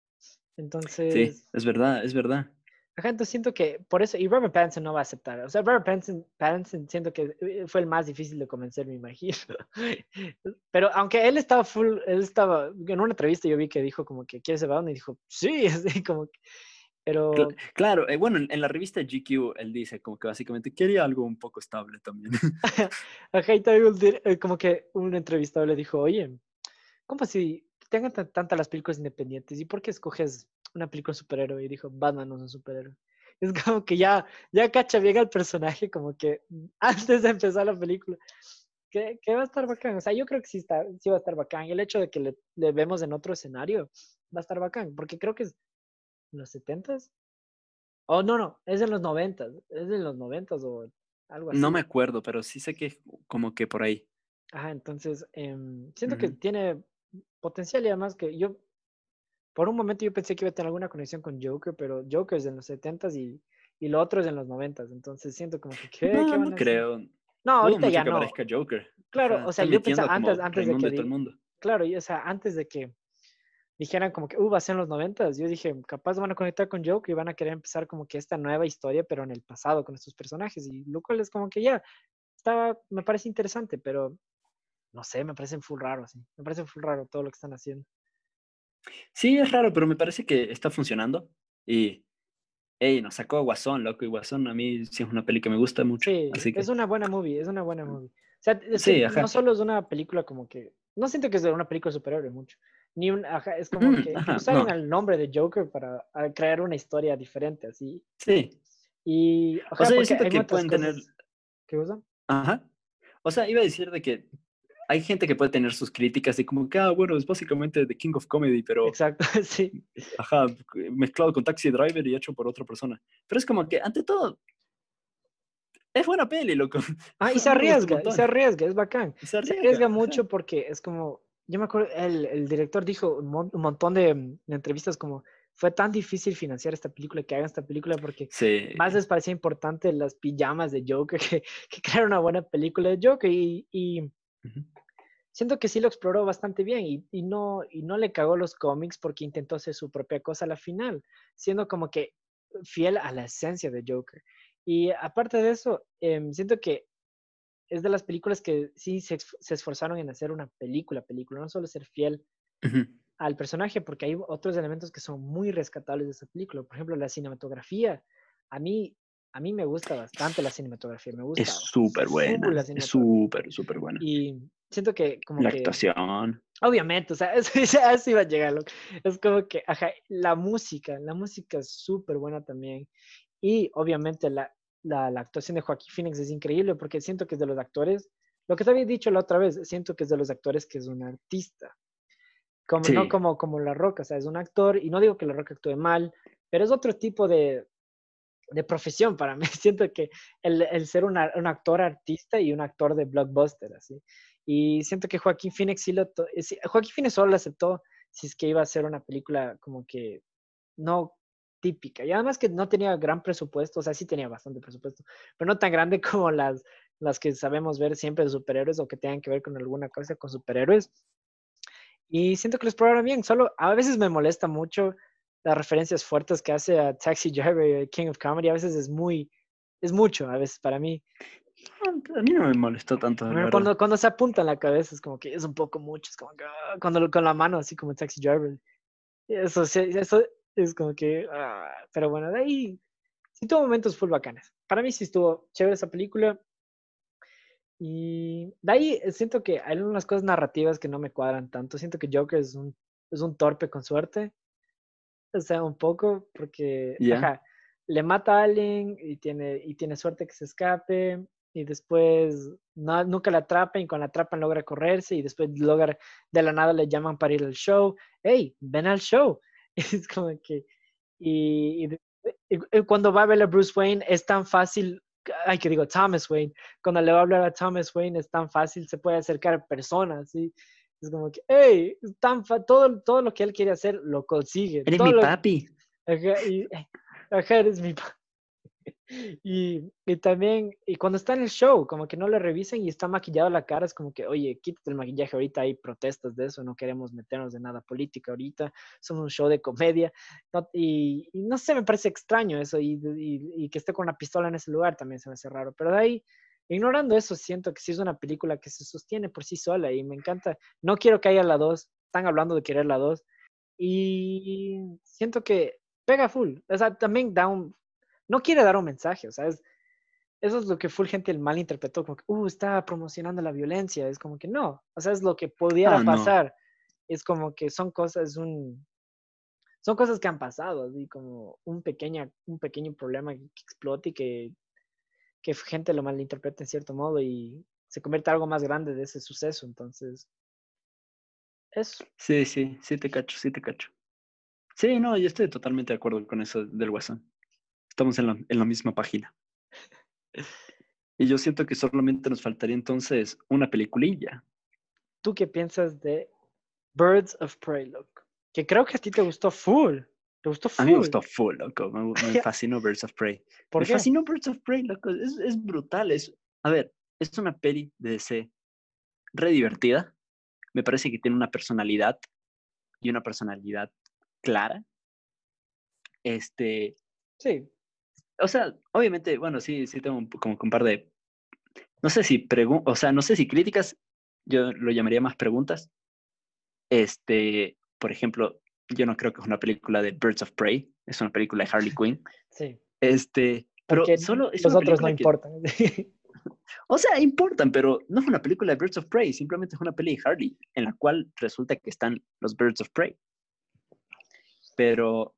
Sí, Entonces, es verdad, es verdad. ajá, entonces siento que por eso, y Robert Pattinson no va a aceptar. O sea, Robert Pattinson, Pattinson siento que eh, fue el más difícil de convencer, me imagino. Pero aunque él estaba full, él estaba, en una entrevista yo vi que dijo como que quiere ser Batman y dijo, sí, así como que, Cl- pero, claro, eh, bueno, en, en la revista G Q él dice como que básicamente quería algo un poco estable también. ajá, y también un dir- eh, como que un entrevistado le dijo, oye, ¿cómo si tengan tan- tantas las películas independientes? ¿Y por qué escoges una película de superhéroe? Y dijo, Batman no es un superhéroe. Es como que ya, ya cacha bien al personaje, como que antes de empezar la película. Que, que va a estar bacán. O sea, yo creo que sí, está, sí va a estar bacán. Y el hecho de que le, le vemos en otro escenario va a estar bacán. Porque creo que es en los setentas. Oh, no, no, es en los noventas. Es en los noventas o algo No así. me acuerdo, pero sí sé que como que por ahí. Ajá, entonces em, siento que Ujú. tiene. potencial y además que yo, por un momento yo pensé que iba a tener alguna conexión con Joker, pero Joker es en los setentas y, y lo otro es en los noventas, entonces siento como que, ¿qué, qué No, van no a hacer? creo. No, Dudo ahorita mucho ya que no. aparezca Joker. Claro, Ajá, o sea, están yo pensaba metiendo antes, como antes de Raimundo que, y todo el di- mundo. claro, y, o sea, antes de que dijeran como que, uh, va a ser en los noventas, yo dije, capaz van a conectar con Joker y van a querer empezar como que esta nueva historia, pero en el pasado con estos personajes, y lo cual es como que ya, estaba, me parece interesante, pero no sé, me parece full raro, así, me parece full raro todo lo que están haciendo. Sí, es raro, pero me parece que está funcionando. Y, hey, nos sacó Guasón, loco. Y Guasón a mí sí es una peli que me gusta mucho. Sí, Así es que, una buena movie, es una buena movie. O sea, es que sí, no ajá. solo es una película como que, no siento que es una película superhéroe mucho, ni un, ajá, es como Mm, que ajá, usaron no. el nombre de Joker para ah, crear una historia diferente, así. Sí. Y, O ajá, sea, yo porque siento hay que otras pueden tener. cosas que usan. Ajá. O sea, iba a decir de que hay gente que puede tener sus críticas y como que, ah, bueno, es básicamente The King of Comedy, pero, Exacto, sí. ajá, mezclado con Taxi Driver y hecho por otra persona. Pero es como que, ante todo, es buena peli, loco. Ah, y A se mí me gusta un arriesga, y se montón. arriesga, es bacán. Y se Se arriesga arriesga, ajá. mucho porque es como, yo me acuerdo, el, el director dijo un, mon- un montón de, mm, de entrevistas como, fue tan difícil financiar esta película, que hagan esta película, porque más Sí. les parecía importante las pijamas de Joker que, que crear una buena película de Joker. Y, y Ujú. siento que sí lo exploró bastante bien y, y no, y no le cagó los cómics porque intentó hacer su propia cosa a la final, siendo como que fiel a la esencia de Joker. Y aparte de eso, em, siento que es de las películas que sí se, se esforzaron en hacer una película, película, no solo ser fiel Ujú. al personaje, porque hay otros elementos que son muy rescatables de esa película. Por ejemplo, la cinematografía. A mí, a mí me gusta bastante la cinematografía, me Es gusta súper full buena, la es cinematografía. súper, súper buena. Y siento que como La que, actuación. obviamente, o sea, eso, eso iba a llegar, loco. Es como que, ajá, la música, la música es súper buena también. Y obviamente la, la, la actuación de Joaquín Phoenix es increíble porque siento que es de los actores, lo que te había dicho la otra vez, siento que es de los actores que es un artista, como, no Sí. como, como La Roca, o sea, es un actor, y no digo que La Roca actúe mal, pero es otro tipo de, de profesión para mí. Siento que el, el ser una, un actor artista y un actor de blockbuster, así. Y siento que Joaquín Phoenix sí lo... to- sí, Joaquín Phoenix solo lo aceptó si es que iba a ser una película como que no típica. Y además que no tenía gran presupuesto, o sea, sí tenía bastante presupuesto, pero no tan grande como las, las que sabemos ver siempre de superhéroes o que tengan que ver con alguna cosa con superhéroes. Y siento que lo exploraron bien, solo a veces me molesta mucho las referencias fuertes que hace a Taxi Driver y King of Comedy, a veces es muy, es mucho, a veces para mí. A mí no me molestó tanto, la Bueno, verdad. cuando, cuando se apunta en la cabeza es como que es un poco mucho, es como que ah, cuando con la mano así como Taxi Driver. Eso, sí, eso es como que, ah, pero bueno, de ahí sí tuvo momentos full bacanes. Para mí sí estuvo chévere esa película. Y de ahí eh, siento que hay unas cosas narrativas que no me cuadran tanto. Siento que Joker es un, es un torpe con suerte. O sea, un poco, porque, Ya. ajá, le mata a alguien y tiene, y tiene suerte que se escape. Y después no, nunca la atrapan y cuando la atrapan logra correrse y después logra, de la nada le llaman para ir al show. ¡Hey, ven al show! Es como que, y, y, y cuando va a ver a Bruce Wayne es tan fácil, ay, que digo, Thomas Wayne, cuando le va a hablar a Thomas Wayne es tan fácil, se puede acercar a personas, ¿sí? Es como que, hey, es tan todo, todo lo que él quiere hacer lo consigue, Eres todo mi lo, papi. ajá, y, ajá, eres mi pa- y, y también, y cuando está en el show, como que no le revisen y está maquillado la cara, es como que, oye, quítate el maquillaje ahorita, hay protestas de eso, no queremos meternos de nada política ahorita, somos un show de comedia, no, y, y no sé, me parece extraño eso, y, y, y que esté con una pistola en ese lugar también se me hace raro, pero de ahí, ignorando eso, siento que sí es una película que se sostiene por sí sola y me encanta, no quiero que haya la dos, están hablando de querer la dos, y siento que pega full, o sea, también da un, no quiere dar un mensaje, o sea, es, eso es lo que full gente malinterpretó, como que, uh, está promocionando la violencia, es como que no, o sea, es lo que pudiera Ah, no. pasar, es como que son cosas, un, son cosas que han pasado, así como un, pequeña, un pequeño problema que, que explote y que, que gente lo malinterpreta en cierto modo y se convierte en algo más grande de ese suceso, entonces, eso. Sí, sí, sí te cacho, sí te cacho. Sí, no, yo estoy totalmente de acuerdo con eso del Guasón. Estamos en la, en la misma página. Y yo siento que solamente nos faltaría entonces una peliculilla. ¿Tú qué piensas de Birds of Prey, loco. Que creo que a ti te gustó full. Te gustó A mí me full. gustó full, loco. Me, me fascinó Birds of Prey. ¿Por Me qué? fascinó Birds of Prey, loco. Es, es brutal. Es, a ver, es una peli de D C re divertida. Me parece que tiene una personalidad y una personalidad clara. Este, Sí, o sea, obviamente, bueno, sí, sí tengo un, como que un par de, no sé si preguntas, o sea, no sé si críticas, yo lo llamaría más preguntas. Este, por ejemplo, yo no creo que es una película de Birds of Prey, es una película de Harley Quinn. sí. Este, pero Porque solo es los una otros no película que, importan. o sea, importan, pero no es una película de Birds of Prey, simplemente es una peli de Harley, en la cual resulta que están los Birds of Prey. Pero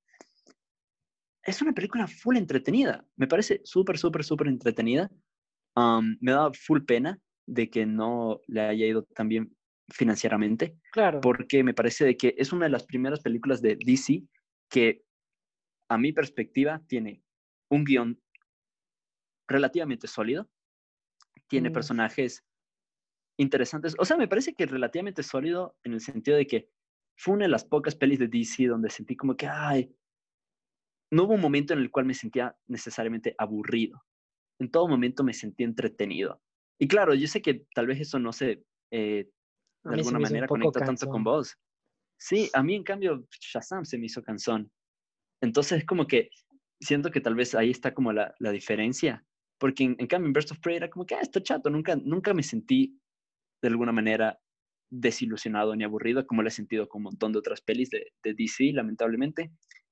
es una película full entretenida, me parece súper, súper, súper entretenida. Um, me da full pena de que no le haya ido tan bien financieramente, Claro. porque me parece de que es una de las primeras películas de D C que, a mi perspectiva, tiene un guión relativamente sólido, tiene Mm, personajes interesantes. O sea, me parece que relativamente sólido en el sentido de que fue una de las pocas pelis de D C donde sentí como que, ay, no hubo un momento en el cual me sentía necesariamente aburrido. En todo momento me sentí entretenido. Y claro, yo sé que tal vez eso no se, eh, a de mí se alguna me hizo un manera poco conecta tanto con cansón. vos. Sí, a mí en cambio Shazam se me hizo cansón. Entonces es como que siento que tal vez ahí está como la, la diferencia. Porque en, en cambio en Birds of Prey era como que, ah, está chato, nunca, nunca me sentí de alguna manera desilusionado ni aburrido como lo he sentido con un montón de otras pelis de, de D C, lamentablemente.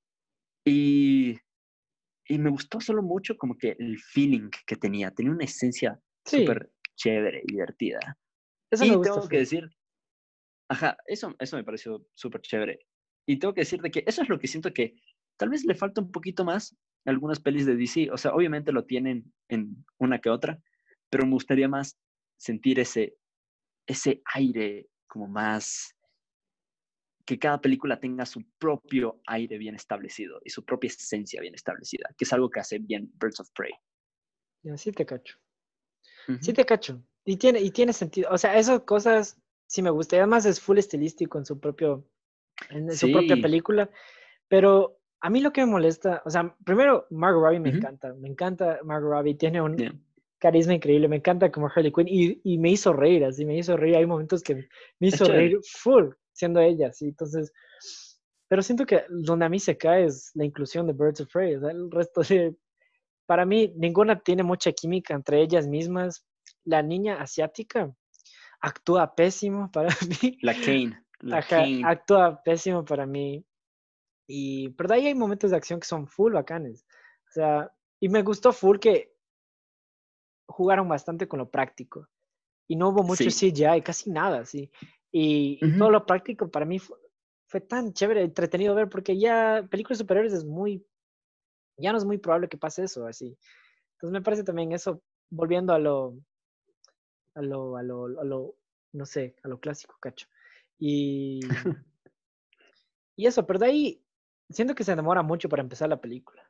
Y, y me gustó solo mucho como que el feeling que tenía. Tenía una esencia Sí, súper chévere y divertida. eso me Y gusta tengo que full. decir, ajá, eso, eso me pareció súper chévere. Y tengo que decirte que eso es lo que siento que tal vez le falta un poquito más a algunas pelis de D C. O sea, obviamente lo tienen en una que otra, pero me gustaría más sentir ese, ese aire como más, que cada película tenga su propio aire bien establecido y su propia esencia bien establecida, que es algo que hace bien Birds of Prey. Ya, sí te cacho. Sí Ujú. te cacho. Y tiene, y tiene sentido. O sea, esas cosas sí me gusta. Y además es full estilístico en su propio, en su propia Sí. película. Pero a mí lo que me molesta, o sea, primero, Margot Robbie me Ujú. encanta. Me encanta Margot Robbie. Tiene un Yeah. carisma increíble. Me encanta como Harley Quinn. Y, y me hizo reír, así, me hizo reír. Hay momentos que me Es hizo reír chévere. full siendo ella, así. Entonces, pero siento que donde a mí se cae es la inclusión de Birds of Prey. O sea, el resto de, para mí, ninguna tiene mucha química entre ellas mismas. La niña asiática actúa pésimo para mí. La Kane. La Ajá, Kane. actúa pésimo para mí. Y, pero de ahí hay momentos de acción que son full bacanes. O sea, y me gustó full que jugaron bastante con lo práctico. Y no hubo mucho Sí. C G I, casi nada, sí. Y, y todo Ujú. lo práctico para mí fue, fue tan chévere, entretenido ver, porque ya películas superiores es muy, ya no es muy probable que pase eso, así. Entonces me parece también eso, volviendo a lo, a lo, a lo, a lo, no sé, a lo clásico, cacho. Y, y eso, pero de ahí siento que se demora mucho para empezar la película.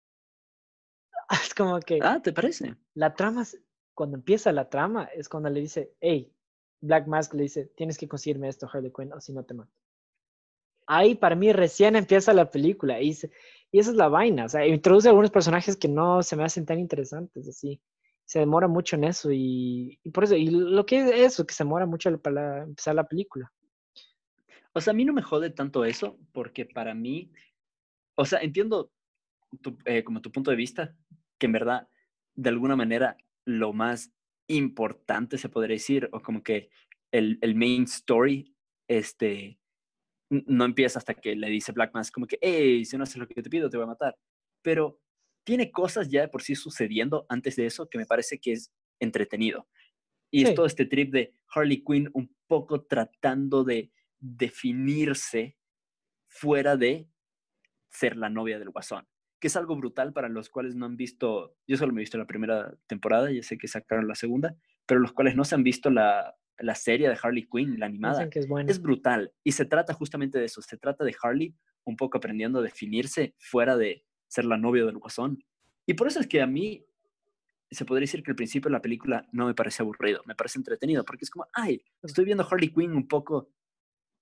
Es como que Ah, ¿te parece? la trama, es- cuando empieza la trama, es cuando le dice, hey, Black Mask le dice, tienes que conseguirme esto, Harley Quinn, o si no te mato. Ahí para mí recién empieza la película y, se- y esa es la vaina, o sea, introduce algunos personajes que no se me hacen tan interesantes, así. Se demora mucho en eso y, y por eso, y lo que es eso, que se demora mucho para empezar la película. O sea, a mí no me jode tanto eso, porque para mí, o sea, entiendo tu, eh, como tu punto de vista, que en verdad, de alguna manera, lo más importante se podría decir, o como que el, el main story, este, no empieza hasta que le dice Black Mask como que, hey, si no haces lo que yo te pido, te voy a matar. Pero tiene cosas ya de por sí sucediendo antes de eso que me parece que es entretenido. Y es todo Sí, este trip de Harley Quinn un poco tratando de definirse fuera de ser la novia del Guasón, que es algo brutal para los cuales no han visto, yo solo me he visto la primera temporada, ya sé que sacaron la segunda, pero los cuales no se han visto la, la serie de Harley Quinn, la dicen animada, que es buena. es brutal. Y se trata justamente de eso, se trata de Harley un poco aprendiendo a definirse fuera de ser la novia del Guasón. Y por eso es que a mí se podría decir que al principio de la película no me parece aburrido, me parece entretenido, porque es como, ay, estoy viendo Harley Quinn un poco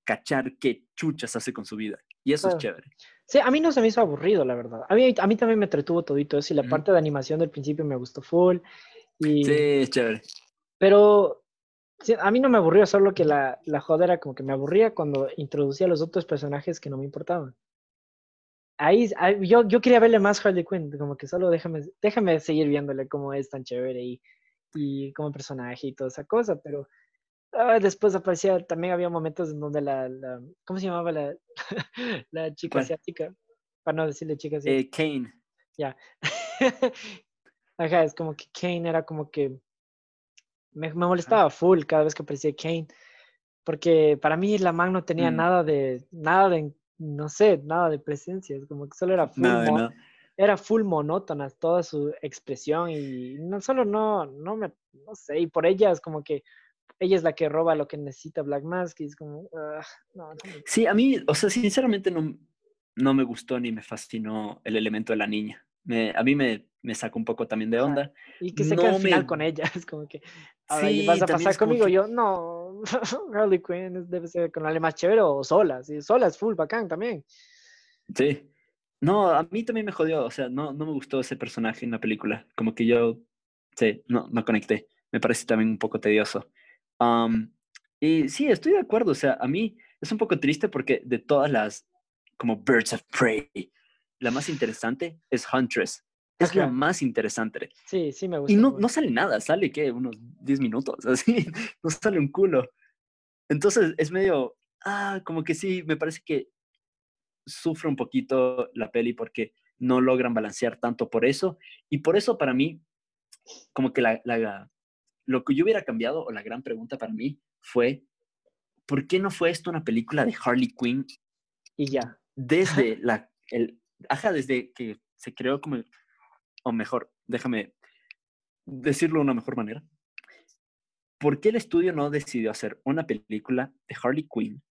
cachar qué chuchas hace con su vida. Y eso es Claro. chévere. Sí, a mí no se me hizo aburrido, la verdad. A mí, a mí también me entretuvo todito eso y la Ujú. parte de animación del principio me gustó full. Sí, Y, es chévere. pero sí, a mí no me aburrió, solo que la, la joda era como que me aburría cuando introducía a los otros personajes que no me importaban. Ahí, ahí- yo, yo quería verle más Harley Quinn, como que solo déjame, déjame seguir viéndole cómo es tan chévere y, y como personaje y toda esa cosa, pero ah, después aparecía, también había momentos en donde la, la ¿cómo se llamaba la, la chica ¿Cuál? asiática? Para no decirle chica asiática, Eh, Kane. ya. Ajá, es como que Kane era como que me, me Ajá. molestaba full cada vez que aparecía Kane, porque para mí la man no tenía Mm, nada de, nada de, no sé, nada de presencia, es como que solo era full, nada de mo- nada. era full monótona toda su expresión y no solo no, no me, no sé, y por ella es como que ella es la que roba lo que necesita Black Mask y es como, ah, no, no me- Sí, a mí, o sea, sinceramente no, no me gustó ni me fascinó el elemento de la niña. Me, a mí me, me sacó un poco también de ajá. onda. Y que se queda al No final me... con ella, es como que, ahora ¿y vas Sí, a también pasar es como conmigo? que... Yo, no, Harley Quinn es- debe ser con alguien más chévere o sola, sí, sola es full bacán también. Sí. No, a mí también me jodió. O sea, no, no me gustó ese personaje en la película. Como que yo, sí, no, no conecté. Me parece también un poco tedioso. Am, y sí, estoy de acuerdo. O sea, a mí es un poco triste porque de todas las, como Birds of Prey, la más interesante es Huntress. Es la Ajá, más interesante. sí, sí me Y gusta no, full. no sale nada, sale que unos diez minutos, así, no sale un culo. Entonces es medio, ah, como que sí, me parece que sufre un poquito la peli porque no logran balancear tanto por eso. Y por eso para mí, como que la, la, lo que yo hubiera cambiado, o la gran pregunta para mí, fue, ¿por qué no fue esto una película de Harley Quinn Y ya. desde la, el, ajá, desde que se creó como, o mejor, déjame decirlo de una mejor manera. ¿Por qué el estudio no decidió hacer una película de Harley Quinn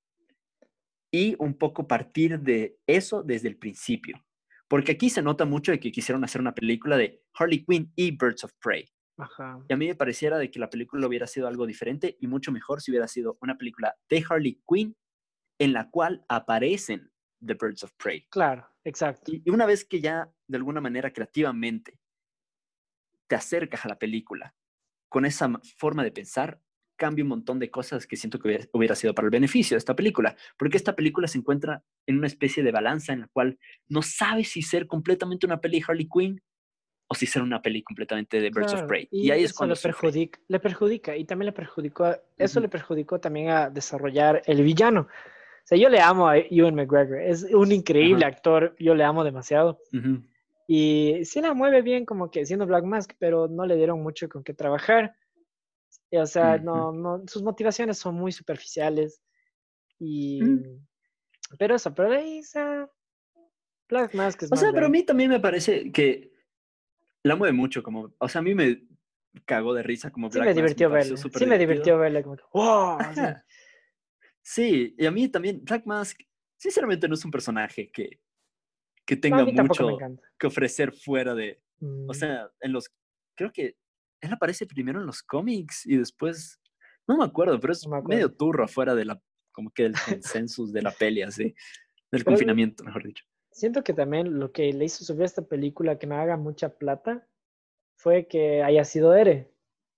y un poco partir de eso desde el principio? Porque aquí se nota mucho de que quisieron hacer una película de Harley Quinn y Birds of Prey. Ajá, Y a mí me pareciera de que la película hubiera sido algo diferente y mucho mejor si hubiera sido una película de Harley Quinn en la cual aparecen The Birds of Prey. claro, exacto. Y, y una vez que ya de alguna manera creativamente te acercas a la película con esa forma de pensar, cambia un montón de cosas que siento que hubiera, hubiera sido para el beneficio de esta película, porque esta película se encuentra en una especie de balanza en la cual no sabes si ser completamente una peli de Harley Quinn o si ser una peli completamente de Birds of Claro, Prey. Y y ahí es eso cuando le sufre. perjudica, le perjudica, y también le perjudicó, a- Uh eso -huh, le perjudicó también a desarrollar el villano. O sea, yo le amo a Ewan McGregor, es un increíble ajá, actor, yo le amo demasiado. uh -huh, Y sí la mueve bien como que siendo Black Mask, pero no le dieron mucho con qué trabajar. Y, o sea, uh -huh. no, no, sus motivaciones son muy superficiales. Y, Mm. pero eso, pero de ahí, o sea, Black Mask es O más sea, pero a de, mí también me parece que la mueve mucho, como, o sea, a mí me cagó de risa como sí Black me Mask, me divirtió pareció verle, súper sí me divirtió divertido. verle como que, wow, así. Ajá, sí, y a mí también Black Mask, sinceramente no es un personaje que, que No, a tenga mí tampoco me mucho encanta. que ofrecer fuera de, o Mm, sea, en los, creo que él aparece primero en los cómics y después, no me acuerdo, pero no es me acuerdo. medio turro afuera de la, como que del consensus de la peli, así, del Pero confinamiento, mejor dicho. siento que también lo que le hizo subir esta película que me haga mucha plata fue que haya sido Ere.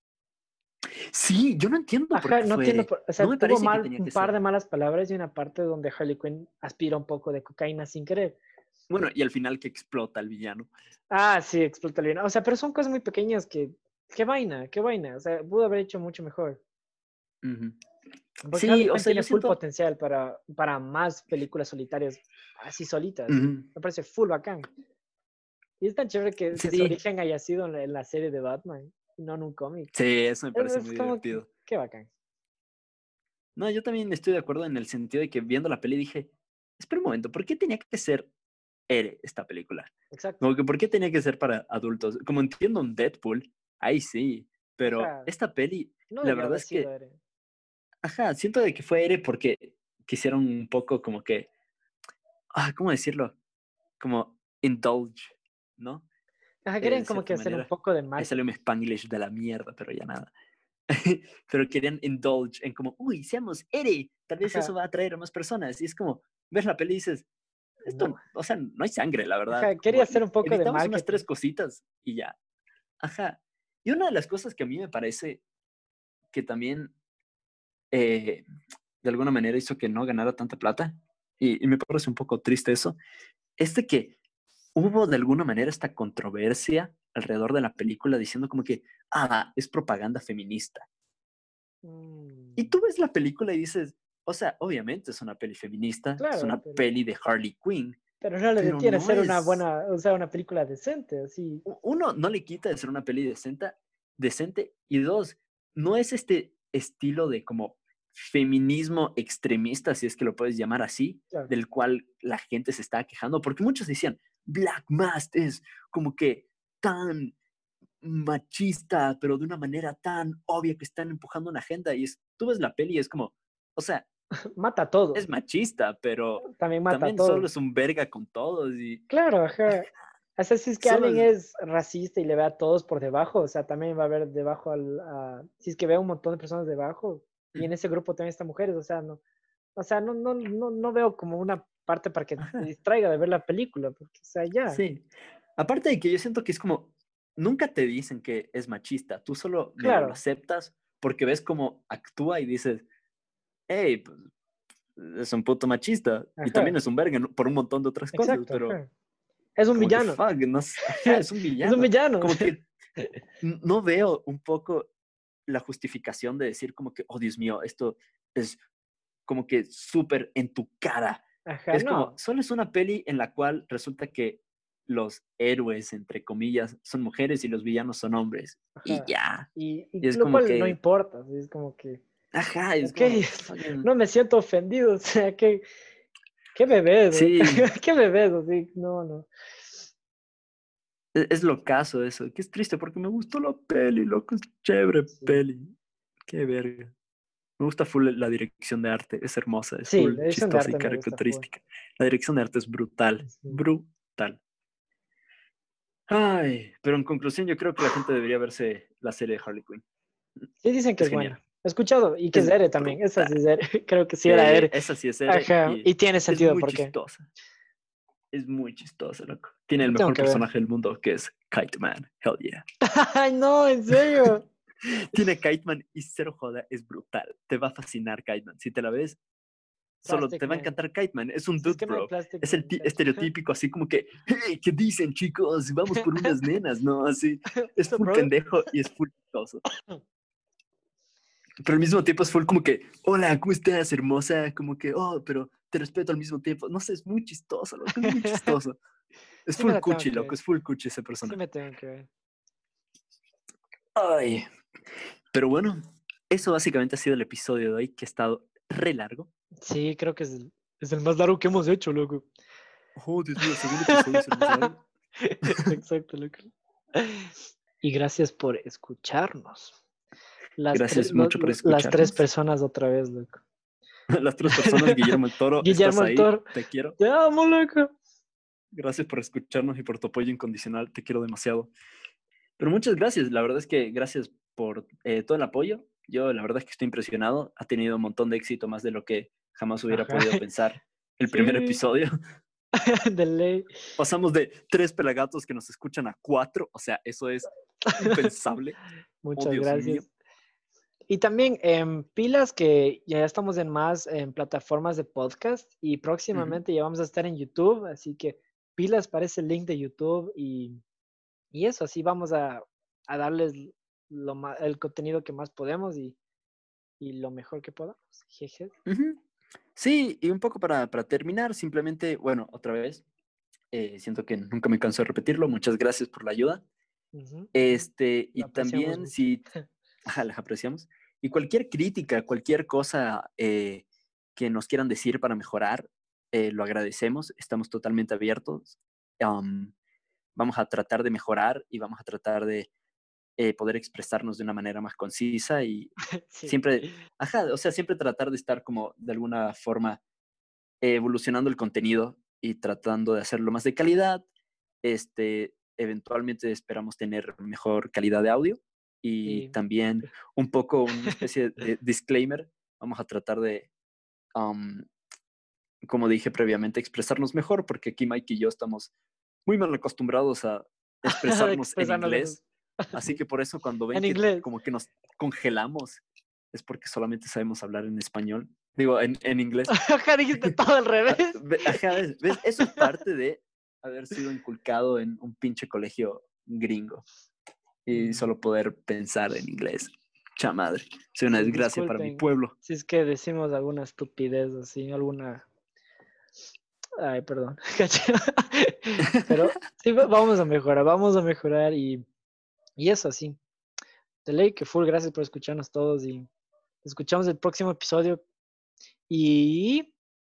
Sí, yo no entiendo por Ajá, qué no fue entiendo, Ere. por- o No sea, me tuvo parece que mal, tenía un que par de ser. malas palabras y una parte donde Harley Quinn aspira un poco de cocaína sin querer. Bueno, y al final que explota el villano. Ah, sí, explota el vino. O sea, pero son cosas muy pequeñas que, qué vaina, qué vaina. O sea, pudo haber hecho mucho mejor. Ujú. Porque Harley Sí, o Quinn sea, tiene yo full siento. potencial para, para más películas solitarias así solitas. Y Ujú. me parece full bacán. Y es tan chévere que, que su Sí, origen haya sido en la, en la serie de Batman, no en un cómic. sí, eso me Es, parece es muy como, divertido. qué bacán. No, yo también estoy de acuerdo en el sentido de que viendo la peli dije, espera un momento, ¿por qué tenía que ser Ere esta película? Exacto. Como que ¿por qué tenía que ser para adultos? Como entiendo un Deadpool, ahí sí, pero Ajá. esta peli, No la debió verdad haber es sido que, Eren. ajá, siento de que fue Ere porque quisieron un poco como que, ah, ¿cómo decirlo? Como indulge, ¿no? Ajá, Eh, querían de como que cierta hacer un manera. poco de Ahí salió mi marketing. Spanglish de la mierda, pero ya nada. pero querían indulge en como, uy, seamos Ere, tal vez eso Ajá, va a atraer a más personas. Y es como, ves la peli y dices, no. esto, o sea, no hay sangre, la verdad. Ajá, Como, quería hacer un poco de editamos unas marketing. tres cositas y ya. Ajá. Y una de las cosas que a mí me parece que también eh, de alguna manera hizo que no ganara tanta plata, y, y me parece un poco triste eso, es de que hubo de alguna manera esta controversia alrededor de la película diciendo como que, ah, es propaganda feminista. Y Mm, tú ves la película y dices, o sea, obviamente es una peli feminista, es claro, una pero, peli de Harley Quinn, pero no le pero detiene no ser una es, buena, o sea, una película decente, así. uno, no le quita de ser una peli decente, decente, y dos, no es este estilo de como feminismo extremista, si es que lo puedes llamar así, Claro. del cual la gente se está quejando, porque muchos decían, Black Mask es como que tan machista, pero de una manera tan obvia que están empujando una agenda, y es, tú ves la peli y es como, o sea, Mata a todos. es machista, pero También mata a también solo todos. es un verga con todos, y Claro, ajá. O sea, si es que solo alguien es... es racista y le ve a todos por debajo, o sea, también va a haber debajo al, a- si es que ve a un montón de personas debajo, y en ese grupo también están mujeres, o sea, no, o sea, no, no, no, no veo como una parte para que te Ajá. distraiga de ver la película, porque, o sea, ya, Sí. Aparte de que yo siento que es como, nunca te dicen que es machista, tú solo medio lo claro, aceptas porque ves cómo actúa y dices, hey, pues es un puto machista y también ajá, es un verga, ¿no? Por un montón de otras cosas, exacto, pero ajá. Es un como que villano, fuck, no sé, ajá, es un es un villano. villano. Como que n- no veo un poco la justificación de decir como que, oh Dios mío, esto es como que súper en tu cara. Ajá, Es como, no, solo es una peli en la cual resulta que los héroes, entre comillas, son mujeres y los villanos son hombres. Y ajá. ya. Y, y Y es lo como cual no que, importa, ¿sí? Es como que, ajá, es ok, como, fucking, no me siento ofendido, o sea, que, qué bebés, ¿no? sí, qué bebés, así, no, no. es, es locazo eso, que es triste porque me gustó la peli, loco, es chévere Sí, peli. Qué verga. Me gusta full la dirección de arte, es hermosa, es sí, full la edición de chistosa y arte me gusta full. caricaturística. La dirección de arte es brutal, Sí. brutal. Ay, pero en conclusión, yo creo que la gente debería verse la serie de Harley Quinn. Sí, dicen que Es es genial. buena. He escuchado, y que es Es Ere también, esa sí brutal. es Ere, creo que sí Sí, era Ere. esa sí es serie Ajá, y y tiene es sentido, muy ¿por qué? chistosa. Es muy chistosa, loco. Tiene el Yo tengo mejor que ver. personaje del mundo, que es Kite Man. Hell yeah. Ay, no, en serio. Tiene Kite Man y cero joda, es brutal. Te va a fascinar Kite Man. Si te la ves, solo Plastic te va a Man. encantar Kite Man. Es un Si es dude, que no hay bro. Plastic Es el Man, ti- cacha. estereotípico, así como que, hey, ¿qué dicen, chicos? Vamos por unas nenas, ¿no? Así, es What's up, full brother? pendejo y es full chistoso. Pero al mismo tiempo es full como que, hola, ¿cómo estás, hermosa? Como que, oh, pero te respeto al mismo tiempo. No sé, es muy chistoso, loco, es muy chistoso. Es Sí me full la tengo cuchi, que loco, ver. es full cuchi ese Sí personaje. me tengo que ver. Ay, pero bueno, eso básicamente ha sido el episodio de hoy, que ha estado re largo. Sí, creo que es el, es el más largo que hemos hecho, loco. Oh, Dios mío, el segundo episodio es el más largo. Exacto, loco. Y gracias por escucharnos. Las, tres Gracias lo- mucho por lo- las tres escucharnos. personas otra vez, loco. Las tres personas, Guillermo el Toro, estás Guillermo el ahí, Toro, te quiero. te amo, loco. Gracias por escucharnos y por tu apoyo incondicional, te quiero demasiado. Pero muchas gracias, la verdad es que gracias por eh, todo el apoyo. Yo la verdad es que estoy impresionado, ha tenido un montón de éxito, más de lo que jamás hubiera Ajá. podido pensar el primer Sí, episodio. de ley. Pasamos de tres pelagatos que nos escuchan a cuatro, o sea, eso es impensable. Oh, Muchas Dios mío. gracias. Y también em, pilas que ya estamos en más en plataformas de podcast y Ujú. próximamente ya vamos a estar en YouTube, así que pilas para ese link de YouTube y, y eso, así vamos a, a darles lo ma- el contenido que más podemos y, y lo mejor que podamos. Jeje. Ujú. Sí, y un poco para, para terminar, simplemente, bueno, otra vez, eh, siento que nunca me canso de repetirlo, muchas gracias por la ayuda. Ujú. Este, Lo y apreciamos también mucho. si, ajá, las apreciamos. Y cualquier crítica, cualquier cosa eh, que nos quieran decir para mejorar, eh, lo agradecemos, estamos totalmente abiertos. Um, vamos a tratar de mejorar y vamos a tratar de eh, poder expresarnos de una manera más concisa y Sí. siempre, ajá, o sea, siempre tratar de estar como de alguna forma eh, evolucionando el contenido y tratando de hacerlo más de calidad. Este, eventualmente esperamos tener mejor calidad de audio. Y Sí. también un poco una especie de disclaimer. Vamos a tratar de, um, como dije previamente, expresarnos mejor, porque aquí Mike y yo estamos muy mal acostumbrados a expresarnos en Expresarnos en, inglés. Así sí, que por eso cuando ven en que inglés. como que nos congelamos, es porque solamente sabemos hablar en español. Digo, en, en inglés. Ajá, dijiste todo al Ah, revés. ve- Ajá, ¿ves? ¿Ves? Eso es parte de haber sido inculcado en un pinche colegio gringo y Mm, solo poder pensar en inglés. Cha madre. Soy una Sí, desgracia para mi disculpen pueblo. si es que decimos alguna estupidez así, alguna... Ay, perdón. caché. Pero sí, va- vamos a mejorar, vamos a mejorar y, y eso así. De ley que full, gracias por escucharnos todos y escuchamos el próximo episodio y...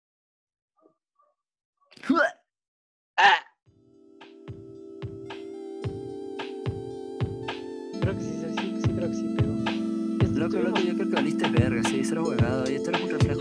¡Ah! Creo que sí, sí, sí, sí, creo que sí, pero... Esto Loco, loco, estuvimos... yo creo que valiste verga, sí, será huevado. Y esto era un reflejo